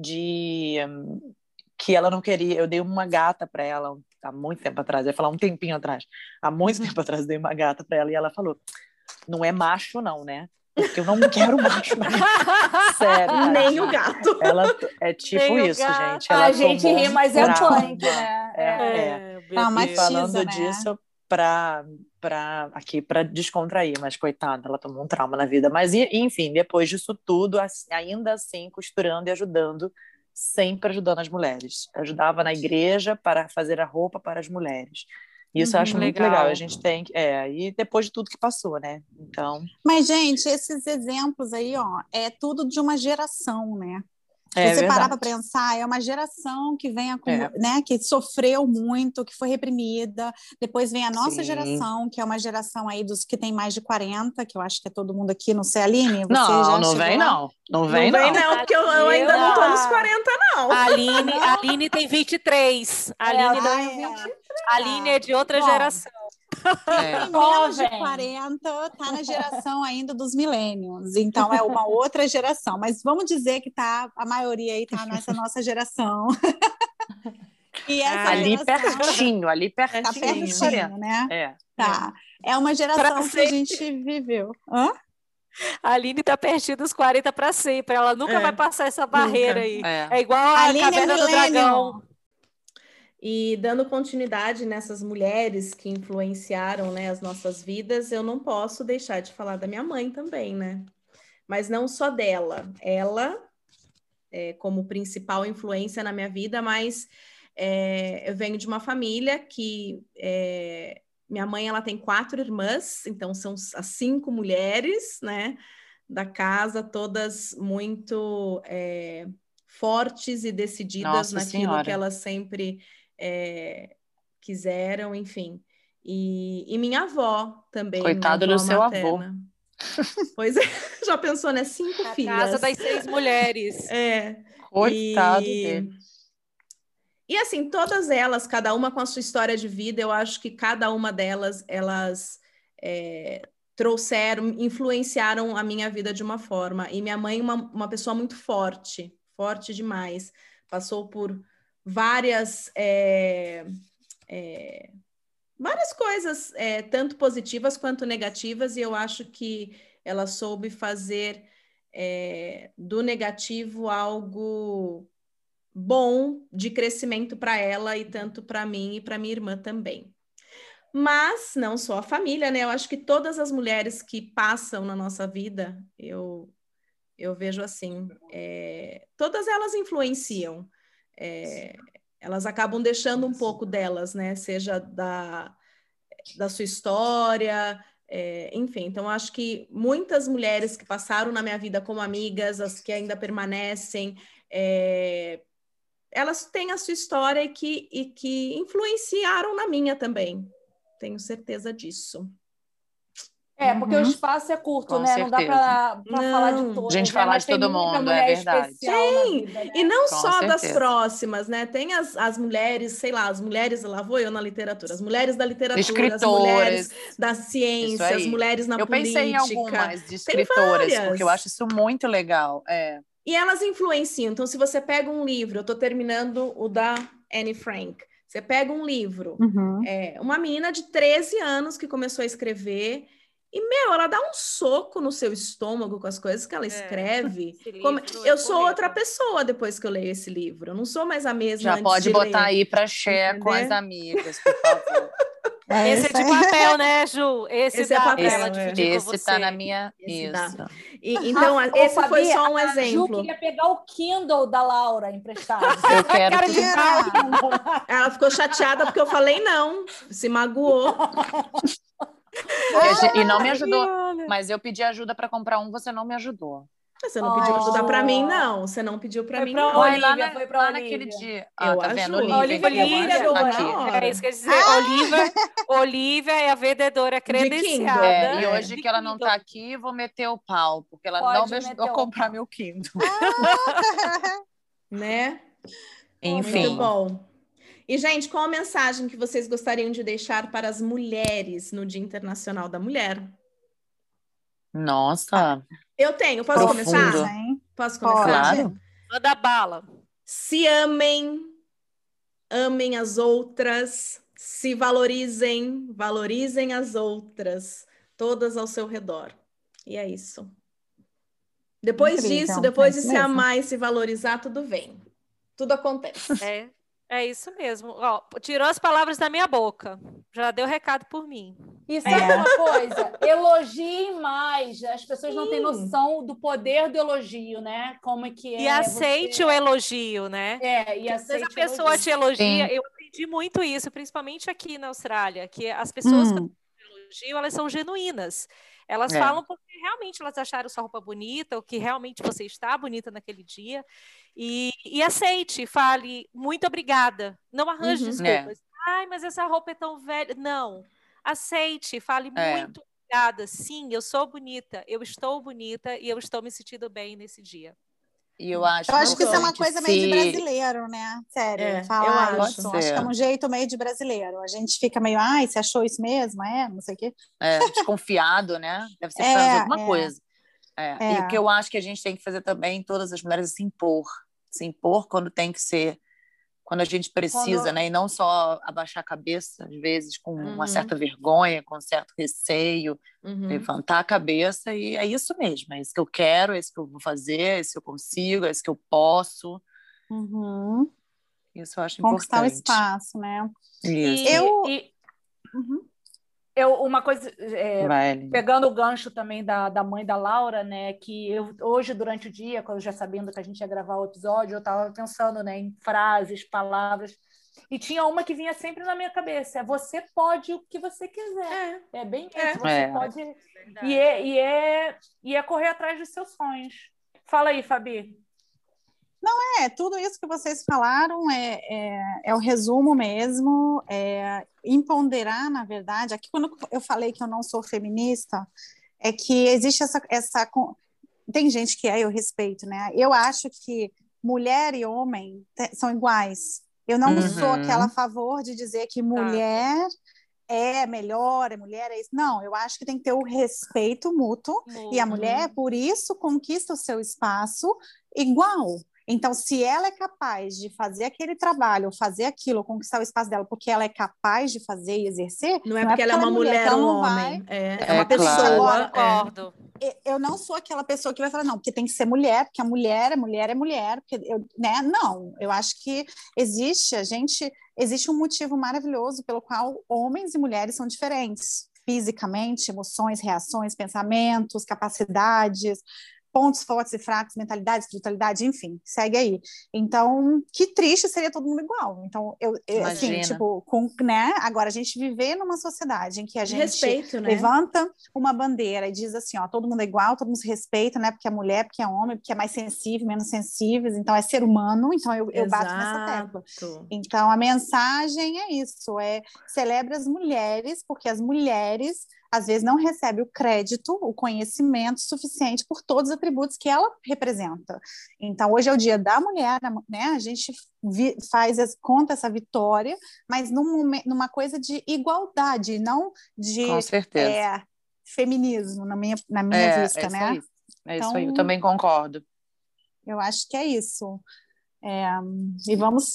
de um, que ela não queria. Eu dei uma gata para ela há muito tempo atrás. Eu ia falar um tempinho atrás. Há muito tempo atrás eu dei uma gata para ela e ela falou: não é macho, não, né? Porque eu não quero macho. Sério. Cara. Nem o gato. Ela é tipo Nem isso, gente. Ela ela a gente tomou ri, um mas é trauma. punk, né? É, é. É, meu Ah, uma Deus. Falando Precisa, né? disso para para aqui para descontrair, mas coitada, ela tomou um trauma na vida. Mas enfim, depois disso tudo, ainda assim costurando e ajudando, sempre ajudando as mulheres. Ajudava na igreja para fazer a roupa para as mulheres. Isso eu acho Uhum, muito legal. legal. A gente tem é e depois de tudo que passou, né? Então. Mas gente, esses exemplos aí, ó, é tudo de uma geração, né? Se É você parar verdade. para pensar, é uma geração que vem acumu- É. né, que sofreu muito, que foi reprimida. Depois vem a nossa Sim. geração, que é uma geração aí dos que tem mais de quarenta, que eu acho que é todo mundo aqui, não sei, Aline, você Não, já não chegou vem lá? não. Não vem não. Vem não. não, porque eu, eu ainda não tô nos quarenta, não. A Aline, Não? a Aline tem vinte e três. A É, Aline, eu da- tenho Ah, vinte e é. a Aline é de outra Bom, geração. Quem É. tem menos de Jovem. quarenta tá na geração ainda dos millennials, então é uma outra geração, mas vamos dizer que tá, a maioria aí tá nessa nossa geração. E essa Ali geração pertinho, ali tá pertinho. pertinho, quarenta. né? É. Tá. É uma geração Pra que a gente viveu. Hã? A Aline tá pertinho dos quarenta para sempre. Ela nunca É, vai passar essa barreira nunca. aí. É. É igual a Aline é Caverna do millennial. Dragão. E dando continuidade nessas mulheres que influenciaram, né, as nossas vidas, eu não posso deixar de falar da minha mãe também, né? Mas não só dela. Ela, é, como principal influência na minha vida, mas é, eu venho de uma família que... É, minha mãe, ela tem quatro irmãs, então são as cinco mulheres, né, da casa, todas muito é, fortes e decididas Nossa naquilo Senhora. que elas sempre é, quiseram, enfim. E, e minha avó também, Coitado minha do avó seu materna. avô. Pois é, já pensou, né? Cinco A filhas. casa das seis mulheres. É. Coitado e... dele. E assim, todas elas, cada uma com a sua história de vida, eu acho que cada uma delas, elas é, trouxeram, influenciaram a minha vida de uma forma. E minha mãe, uma, uma pessoa muito forte, forte demais. Passou por várias, é, é, várias coisas, é, tanto positivas quanto negativas, e eu acho que ela soube fazer é, do negativo algo bom de crescimento para ela e tanto para mim e para minha irmã também. Mas não só a família, né? Eu acho que todas as mulheres que passam na nossa vida, eu, eu vejo assim, é, todas elas influenciam. É, elas acabam deixando um pouco delas, né? Seja da, da sua história, é, enfim. Então, eu acho que muitas mulheres que passaram na minha vida como amigas, as que ainda permanecem, é, elas têm a sua história e que, e que influenciaram na minha também. Tenho certeza disso. É, porque Uhum. o espaço é curto, Com né? Não dá certeza. para falar de Não. todas. Gente né? falar Mas de tem todo muita mundo, é mulher verdade. especial na Tem. vida, né? E não Com só das certeza. próximas, né? Tem as, as mulheres, sei lá, as mulheres, lá vou eu na literatura, as mulheres da literatura, as mulheres Escritoras. da Isso ciência, as aí. mulheres na Eu pensei em política. algumas de Tem escritoras, porque eu várias. acho isso muito legal. É. E elas influenciam. Então, se você pega um livro, eu estou terminando o da Anne Frank. Você pega um livro, Uhum. é, uma menina de treze anos que começou a escrever e, meu, ela dá um soco no seu estômago com as coisas que ela escreve. esse Como... livro Eu é sou polêmico. outra pessoa depois que eu leio esse livro. Eu não sou mais a mesma Já antes pode de botar ler. aí para share com as Entender? amigas, por favor. É Esse é isso de aí. papel, né, Ju? Esse, Esse é dá papel, pra ela é. dividir com Esse você. tá na minha... Esse Isso. dá. E, então, Ah, esse ô, foi Fabi, só um a Ju exemplo. queria pegar o Kindle da Laura emprestado. Eu quero Cara tudo. de pau. Ela ficou chateada porque eu falei não, se magoou. E, a gente- e não me ajudou. Olha. Mas eu pedi ajuda para comprar um, você não me ajudou. Você não pediu ajuda pra Oh. mim, não. Você não pediu pra Foi mim, pra não. Olivia, Vai lá, na- foi pra lá Olivia. naquele dia. Ah, Eu tá vendo? ajudo. Olivia, Olivia então, que é eu vendedora. ajudo aqui. Na hora. É isso que eu ia dizer. Olivia, Olivia é a vendedora credenciada. É, e É. hoje que ela não tá aqui, vou meter o pau, porque ela Pode não me meter ajudou a o comprar pau. meu Kindle. Né? Enfim. Muito bom. E, gente, qual a mensagem que vocês gostariam de deixar para as mulheres no Dia Internacional da Mulher? Nossa, Eu tenho. Posso Profundo. começar? Hein? Posso começar? claro. Manda bala. Se amem, amem as outras, se valorizem, valorizem as outras, todas ao seu redor. E é isso. Depois Incrível, disso, depois é de isso se mesmo. amar e se valorizar, tudo vem. Tudo acontece. É, é isso mesmo. Ó, tirou as palavras da minha boca. Já deu recado por mim. E sabe É. uma coisa? Elogiem mais. As pessoas não têm Sim. noção do poder do elogio, né? Como é que é E aceite você... o elogio, né? É, e Porque às vezes aceite a pessoa elogio. te elogia, Sim. eu aprendi muito isso, principalmente aqui na Austrália, que as pessoas que Hum, elogio, elas são genuínas. Elas É. falam porque realmente elas acharam sua roupa bonita, ou que realmente você está bonita naquele dia. E, e aceite, fale, muito obrigada. Não arranje Uhum. desculpas. Ai, mas essa roupa é tão velha. Não. Aceite, fale É. muito obrigada. Sim, eu sou bonita, eu estou bonita e eu estou me sentindo bem nesse dia. E eu acho eu acho que isso é uma importante coisa meio de se- brasileiro, né? Sério, É, falar eu isso. acho. Acho que é Pode um jeito meio de brasileiro. A gente fica meio, ai, você achou isso mesmo? É, não sei o quê. é, desconfiado, né? Deve ser por É, causa de alguma é. coisa. É. E É. o que eu acho que a gente tem que fazer também, todas as mulheres, é se impor. Se impor quando tem que ser, quando a gente precisa, Quando- né? E não só abaixar a cabeça, às vezes, com uma Uhum. certa vergonha, com um certo receio, Uhum. levantar a cabeça e é isso mesmo, é isso que eu quero, é isso que eu vou fazer, é isso que eu consigo, é isso que eu posso. Uhum. Isso eu acho Conquistar o importante. espaço, né? Isso. E, Eu- e Uhum. eu, uma coisa, é, Vai, Aline. pegando o gancho também da, da mãe da Laura, né? Que eu, hoje, durante o dia, quando eu já sabendo que a gente ia gravar o episódio, eu estava pensando, né, em frases, palavras, e tinha uma que vinha sempre na minha cabeça: é você pode o que você quiser. É. É bem isso, É. você É. pode. E é, e, é, e é correr atrás dos seus sonhos. Fala aí, Fabi. É, tudo isso que vocês falaram é, é, é o resumo mesmo, é empoderar, na verdade. Aqui, quando eu falei que eu não sou feminista, é que existe essa, essa... Tem gente que é, eu respeito, né? Eu acho que mulher e homem te- são iguais. Eu não Uhum. sou aquela a favor de dizer que mulher é melhor, é mulher é isso. Não, eu acho que tem que ter o respeito mútuo. E a Uhum. mulher, por isso, conquista o seu espaço igual. Então, se ela é capaz de fazer aquele trabalho, fazer aquilo, conquistar o espaço dela, porque ela é capaz de fazer e exercer, Não é porque ela é uma mulher que ela ou um não vai. homem. É, é É, uma claro. pessoa. Agora, é. Concordo. Eu não sou aquela pessoa que vai falar, não, porque tem que ser mulher, porque a mulher é mulher, é mulher, porque eu, né? Não, eu acho que existe, a gente, existe um motivo maravilhoso pelo qual homens e mulheres são diferentes, fisicamente, emoções, reações, pensamentos, capacidades, pontos fortes e fracos, mentalidade, espiritualidade, enfim, segue aí. Então, que triste seria todo mundo igual. Então, eu, eu assim, Imagina. tipo, com, né? Agora, a gente viver numa sociedade em que a De gente respeito, né? levanta uma bandeira e diz assim, ó, todo mundo é igual, todo mundo se respeita, né? Porque é mulher, porque é homem, porque é mais sensível, menos sensíveis, então é ser humano, então eu, eu bato nessa tecla. Exato. Então, a mensagem é isso, é celebre as mulheres, porque as mulheres, às vezes, não recebem o crédito, o conhecimento suficiente por todos os atributos que ela representa. Então, hoje é o dia da mulher, né? A gente vi, faz, conta essa vitória, mas num momento, numa coisa de igualdade, não de Com certeza. é, feminismo, na minha, na minha É, vista, é isso né? aí. É isso aí, eu Então- também concordo. Eu acho que é isso. É, e vamos ser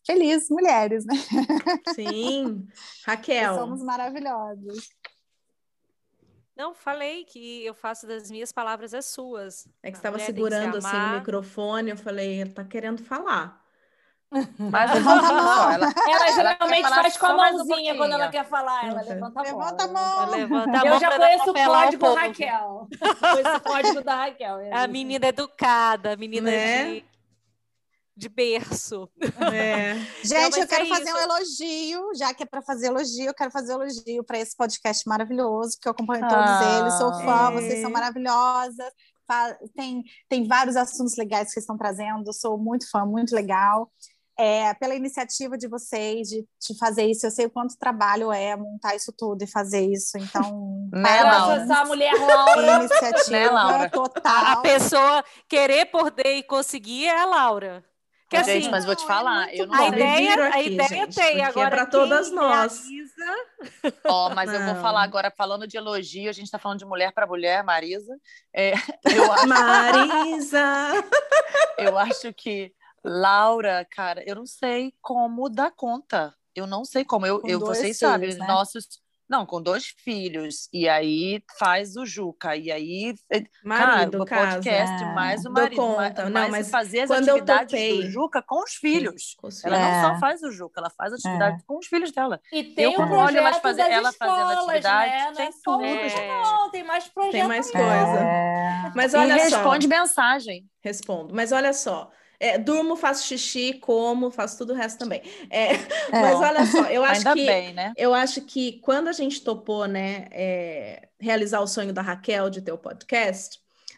feliz, mulheres, né? Sim. Raquel. Somos maravilhosas. Não, falei que eu faço das minhas palavras as suas. É que A estava mulher tem segurando que se assim o amar. microfone, eu falei, ele tá querendo falar. Mas Levanta a mão. só, ela, Ela geralmente falar faz com a só mais um mãozinha quando ela pouquinho. quer falar. Ela Nossa. levanta a mão. Levanta a ela mão. Levanta a Eu mão já pra conheço o apelar código povo. Raquel. Conheço o código da Raquel. A menina educada, a menina Né? de, de berço. É. Gente, mas eu quero é fazer isso. um elogio, já que é para fazer elogio, eu quero fazer elogio para esse podcast maravilhoso, que eu acompanho todos Ah. eles, sou fã, É. vocês são maravilhosas, fa- tem, tem vários assuntos legais que vocês estão trazendo, sou muito fã, muito legal. É, pela iniciativa de vocês de, de fazer isso, eu sei o quanto trabalho é montar isso tudo e fazer isso, então Né, parabéns. Laura? Graças à mulher Laura. Iniciativa Né, Laura? total. A pessoa querer, poder e conseguir é a Laura. Que Gente, assim, mas vou te Não, é falar, muito eu não bom. a sei. Me ideia, viro a aqui, ideia gente, tem. porque Agora, é para quem todas nós. realiza- Ó, mas eu vou Não. falar agora, falando de elogio, a gente tá falando de mulher para mulher, Marisa. É, eu, acho, Marisa! eu acho que Laura, cara, eu não sei como dar conta. Eu não sei como. Eu, Com eu dois vocês filhos, sabem, né? nossos. Não, com dois filhos. E aí faz o Juca. E aí, Marido, cara, o casa. podcast, É. mais o Dou marido. conta. Mais, Não, mais mas fazer as quando eu atividades topei- do Juca com os filhos. Com os Ela filhos. não É. só faz o Juca, ela faz atividade com os filhos dela. E tem Eu, o como olho elas projeto fazer- das ela fazendo escolas, atividade, né? Não tem é só tudo, o Juca, gente. não. Tem mais projeto Tem mais aí. coisa. É. Mas E olha responde só, mensagem. respondo. Mas olha só, é, durmo, faço xixi, como, faço tudo o resto também. É, Mas olha só, eu acho Ainda que bem, né? eu acho que quando a gente topou, né, é, realizar o sonho da Raquel de ter o podcast,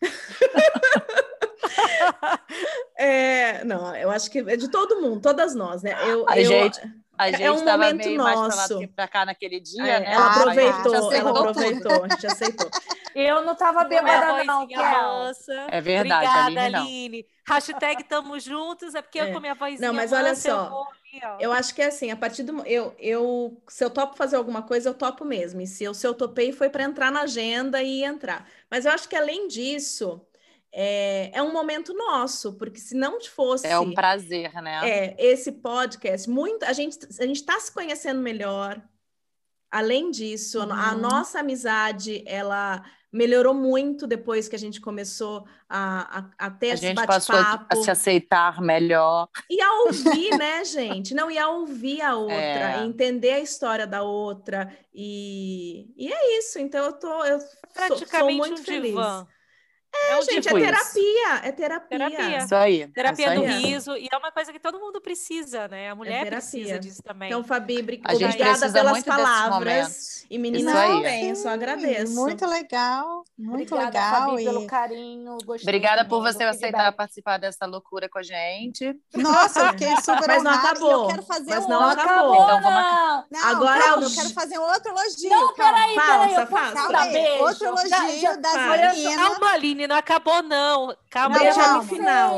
é, não, eu acho que é de todo mundo, todas nós, né? Eu, A eu- gente, a é gente um tava momento meio mais pra lá nosso. do que pra cá naquele dia, É, né? ela Ah, Aí a gente aproveitou, ela aceitou tudo. aproveitou, a gente aceitou. Eu não tava Com a bêbada, não, vozinha Kel. mansa. É verdade, Obrigada, Aline, não. Aline. Hashtag tamo juntos, é porque eu É. com a minha vozinha Não, mas olha mansa, eu só, vou ali, ó. eu acho que é assim, a partir do mo- eu, eu se eu topo fazer alguma coisa, eu topo mesmo. E se eu, se eu topei foi para entrar na agenda e entrar. Mas eu acho que além disso, é, é um momento nosso, porque se não fosse É um prazer, né? é, esse podcast, muito, a gente a gente está se conhecendo melhor. Além disso, a- a Uhum. nossa amizade, ela melhorou muito depois que a gente começou a, a, a ter A esse gente passou a, bate-papo. a se aceitar melhor. E a ouvir, né, gente? Não, e a ouvir a outra, É. e entender a história da outra. E, e é isso. Então, eu tô. Eu sou, sou Praticamente muito um feliz. divã. É, um Gente, tipo é isso. terapia. É terapia. Terapia. Isso aí. Terapia isso do aí. riso, e é uma coisa que todo mundo precisa, né? A mulher terapia. precisa disso também. Então, Fabi, bri- A gente obrigada precisa pelas muito desses palavras. momentos. E meninas Isso aí. também, eu só agradeço. Muito legal, muito Obrigada, legal. Fabi, e- pelo carinho. Gostei Obrigada também por do você aceitar feedback. participar dessa loucura com a gente. Nossa, eu fiquei super Mas não honrada acabou. e eu quero fazer Mas um não outro. acabou. Então vamos não. Não, Agora calma, é o- eu quero fazer um outro elogio. Não, calma. peraí, Faça, peraí. Eu posso faça. dar Calma aí, beijo? outro elogio Já- já- das Olha só- meninas. Calma, Aline, não acabou, não. Calma, Beijo Não, no calma. final.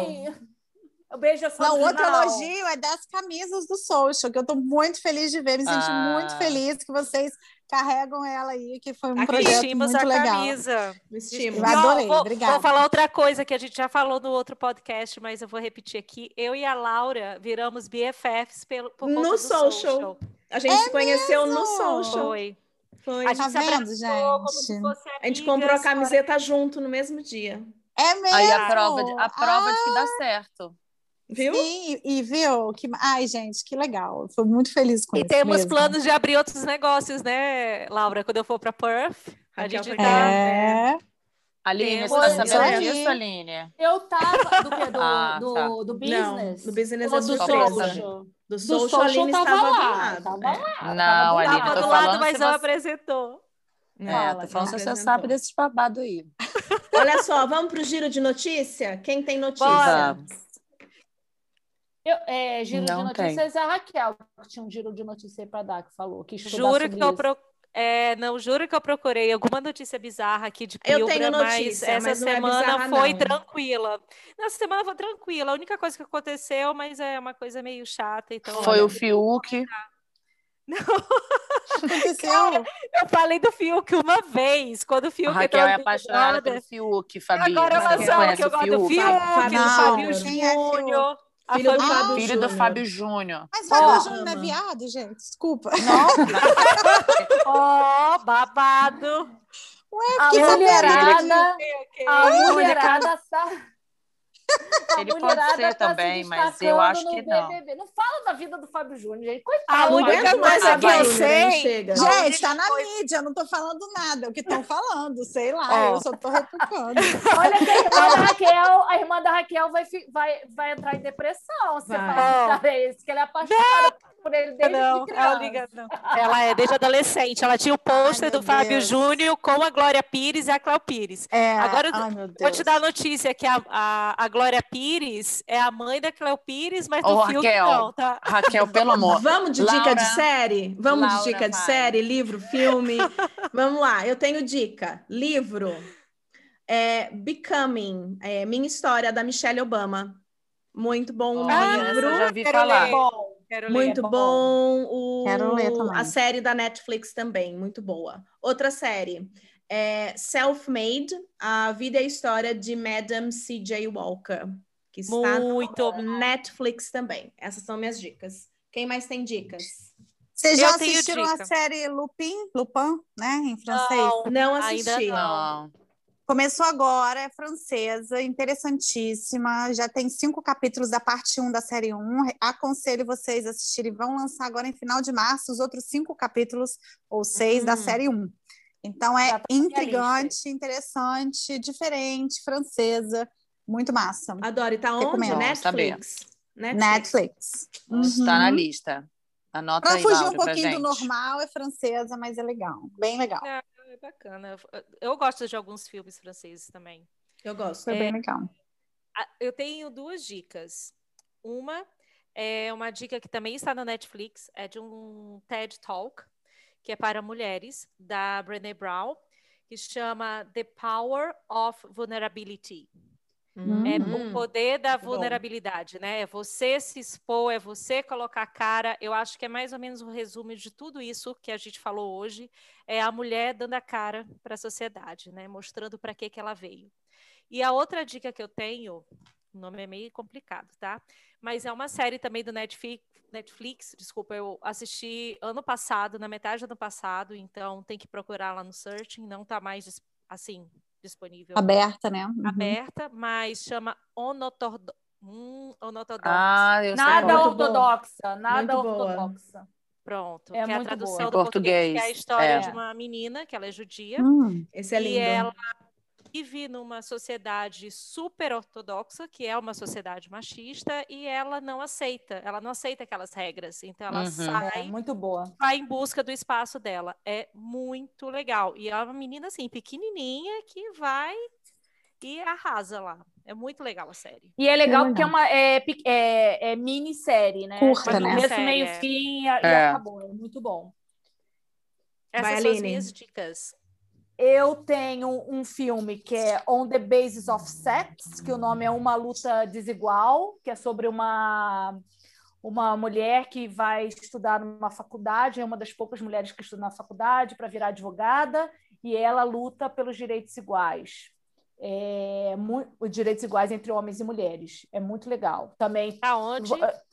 O beijo é só Não, no outro final. elogio é das camisas do Social, que eu estou muito feliz de ver, me senti Ah. muito feliz que vocês carregam ela aí, que foi um Aqui. projeto vestimos muito a legal. camisa. Vestimos. Eu E, ó, adorei, vou, obrigada. vou falar outra coisa que a gente já falou no outro podcast, mas eu vou repetir aqui. Eu e a Laura viramos B F Fs pelo, por conta No do social. social. A gente se conheceu no mesmo? social. Foi. Foi. A gente Tá se vendo, abraçou como se gente? fosse A gente amigas, comprou a fora- camiseta junto no mesmo dia. É mesmo? Aí a prova de, a prova Ah, de que dá certo. Viu? sim, e, e viu? Que... Ai, gente, que legal. Estou muito feliz com E isso temos mesmo. planos de abrir outros negócios, né, Laura? Quando eu for para Perth, a Raquel gente tá tá... É, Aline, Temos- você tá Isso sabendo aí. disso, Aline? Eu tava do quê? Do, Ah, do, tá. do Não, business? do business Ou é do surpresa. social? Do Do social, social a Aline tava estava do lá, lado. tava É. lá. Não, Aline, Tava tô do falando lado, mas se não você- apresentou. É, Fala, tô falando se você apresentou. sabe desses babados aí. Olha só, vamos para o giro de notícia? Quem tem notícia? Bora. Vamos. Eu, é, giro Não de notícias é a Raquel, que tinha um giro de notícias para dar, que falou, que estudar Juro sobre que eu isso. pro... é, não, juro que eu procurei alguma notícia bizarra aqui de Eu Pilbara, tenho mas notícia, essa mas não é semana bizarra, foi não. tranquila. Nessa semana foi tranquila. A única coisa que aconteceu, mas é uma coisa meio chata, então Foi olha, o Fiuk. aconteceu. eu falei do Fiuk uma vez, quando o A Fiuk Raquel entrou é no Big apaixonada Brother. pelo Fiuk, Fabi. Agora Você ela conhece sabe conhece que eu o gosto do Fiuk? Fiuk, Fábio do Não, Fábio Júnior. quem é Fiuk? Júnior. Filho do família- Fábio Filho do Júnior. Fábio Júnior. Mas Ó, Fábio Júnior não é ama. viado, gente? Desculpa. Ó, babado. A que mulherada, a Ele mulherada tá... A Ele pode mulherada ser tá também, se mas eu acho destacando que no não. B B B. Não fala da vida do Fábio Júnior, gente. A Coitado. Não do única aguento Fábio mais Júnior. a coisa que eu Júnior, hein? sei- Chega. Gente, tá única na coisa- mídia, eu não tô falando nada. É o que estão falando, sei lá, Ó. eu só tô retrucando. Olha que a irmã da Raquel, a irmã da Raquel vai, fi- vai, vai entrar em depressão se Vai. falar pra esse, que ela é apaixonada por ele desde Não, de ela, criança. liga, não. Ela é desde adolescente. Ela tinha o pôster meu do Fábio Deus. Júnior com a Glória Pires e a Cléo Pires. É, Agora, ai, meu vou te Deus. dar a notícia que a, a, a Glória Pires é a mãe da Cléo Pires, mas do Ô, filme Raquel. não, tá? Raquel, pelo amor. Vamos de Laura, dica de série? Vamos Laura, de dica de vai. série, livro, filme. Vamos lá, eu tenho dica. Livro. É Becoming, é Minha História, da Michelle Obama. Muito bom o Olha, livro. essa eu já vi Quero falar. ler. Bom, Quero Muito ler. bom. O... Quero ler também. A série da Netflix também, muito boa. Outra série é Self-Made, A Vida e a História de Madame C J Walker, que está Muito no Netflix também. Essas são minhas dicas. Quem mais tem dicas? Vocês já Eu tenho assistiram a dica. série Lupin? Lupin, né? Em francês? Não, Não ainda assisti. não. Não. Começou agora, é francesa, interessantíssima. Já tem cinco capítulos da parte um da série um. Aconselho vocês a assistirem. Vão lançar agora em final de março os outros cinco capítulos, ou seis, da Hum. série um. Então é Já tá na minha intrigante, interessante, diferente, francesa. Muito massa. Adoro. E tá onde? Recomendo. Netflix. Netflix. Netflix. Está na Uhum. lista. Anota Pra aí, fugir Laura, um pra pouquinho gente. do normal, é francesa, mas é legal. Bem legal. É, é bacana. Eu gosto de alguns filmes franceses também. Eu gosto. Foi bem legal. Ah, eu tenho duas dicas. Uma é uma dica que também está na Netflix, é de um TED Talk, que é para mulheres, da Brené Brown, que chama The Power of Vulnerability. É Hum. o poder da muito bom. vulnerabilidade, né? É você se expor, é você colocar a cara. Eu acho que é mais ou menos um resumo de tudo isso que a gente falou hoje. É a mulher dando a cara para a sociedade, né? Mostrando para que que ela veio. E a outra dica que eu tenho, o nome é meio complicado, tá? Mas é uma série também do Netflix, Netflix, desculpa, eu assisti ano passado, na metade do ano passado, então tem que procurar lá no Searching, não tá mais dis- assim disponível. Aberta, né? Uhum. Aberta, mas chama Onotordo... hum, Onotodox. Ah, eu sei nada qual é. Muito boa. ortodoxa, nada Muito boa. ortodoxa. Pronto, É que é a muito tradução boa. do Em português, que é a português, história é. de uma menina, que ela é judia, Hum. Esse é lindo. e ela vive numa sociedade super ortodoxa, que é uma sociedade machista, e ela não aceita, ela não aceita aquelas regras. Então ela Uhum. sai, É muito boa. vai em busca do espaço dela. É muito legal. E é uma menina assim, pequenininha, que vai e arrasa lá. É muito legal a série. E é legal Que porque é legal. uma é, pe- é, é minissérie, né? Curta, Mas né? começo, Série, meio, é. fim e, e É. acabou. É muito bom. Essas Vai, são as Aline. minhas dicas. Eu tenho um filme que é On the Basis of Sex, que o nome é Uma Luta Desigual, que é sobre uma, uma mulher que vai estudar numa faculdade, é uma das poucas mulheres que estuda na faculdade para virar advogada, e ela luta pelos direitos iguais. É, mu- os direitos iguais entre homens e mulheres. É muito legal. Também Tá onde?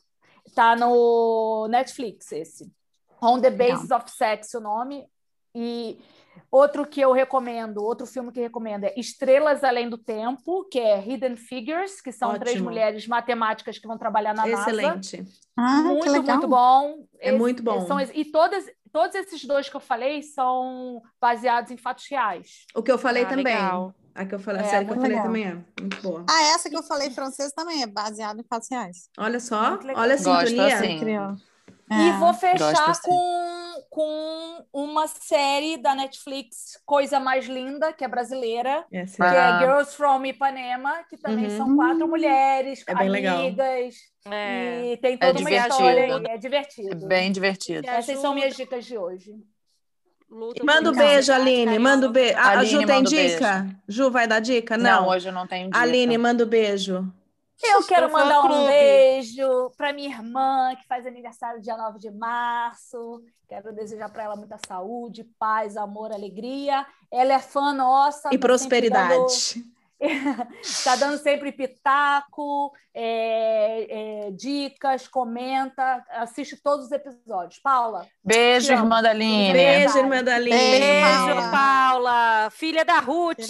tá no Netflix esse. On the Legal. Basis of Sex, o nome. E outro que eu recomendo, outro filme que eu recomendo é Estrelas Além do Tempo, que é Hidden Figures, que são três Ótimo. mulheres matemáticas que vão trabalhar na NASA. Excelente. Ah, que Muito, legal. muito bom. É muito bom. São, e todas, todos esses dois que eu falei são baseados em fatos reais. O que eu falei Ah, também. legal. A, que eu falei, a É, série que eu muito falei legal. também é muito boa. Ah, essa que eu falei francês também é baseada em fatos reais. Olha só, Muito legal. olha a Gosto sintonia. assim. Criou. E É. vou fechar gosto assim. com, com uma série da Netflix, Coisa Mais Linda, que é brasileira, Essa que é- Ah. é Girls from Ipanema, que também Uhum. são quatro mulheres, É bem legal. amigas, É. e tem toda uma divertido. história aí, é É divertido. bem divertido. Essas são minhas dicas de hoje. Luta Manda um por beijo, liberdade, Aline. carioca. Manda um beijo. A, a Aline, Ju tem manda um dica? Ju vai dar dica? Não, Não. hoje eu não tenho dica. Aline, manda um beijo. Eu quero Pro mandar um fã-clube. beijo para minha irmã, que faz aniversário dia nove de março. Quero desejar para ela muita saúde, paz, amor, alegria. Ela é fã nossa. E tá prosperidade. sempre dando- Está dando sempre pitaco, é, é, dicas, comenta, assiste todos os episódios. Paula. Beijo, irmã da Aline. Beijo, irmã da Aline. Beijo, Paula. Paula. Filha da Ruth.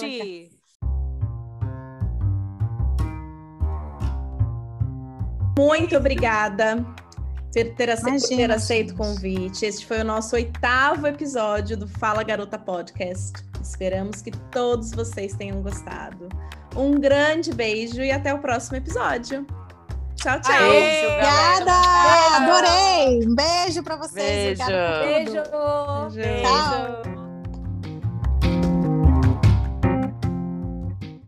Muito obrigada por ter, ace- por ter aceito o convite. Este foi o nosso oitavo episódio do Fala Garota Podcast. Esperamos que todos vocês tenham gostado. Um grande beijo e até o próximo episódio. Tchau, tchau. Beijo, obrigada! Adorei! Um beijo para vocês. Beijo. Obrigada por tudo. Beijo. Beijo. Tchau.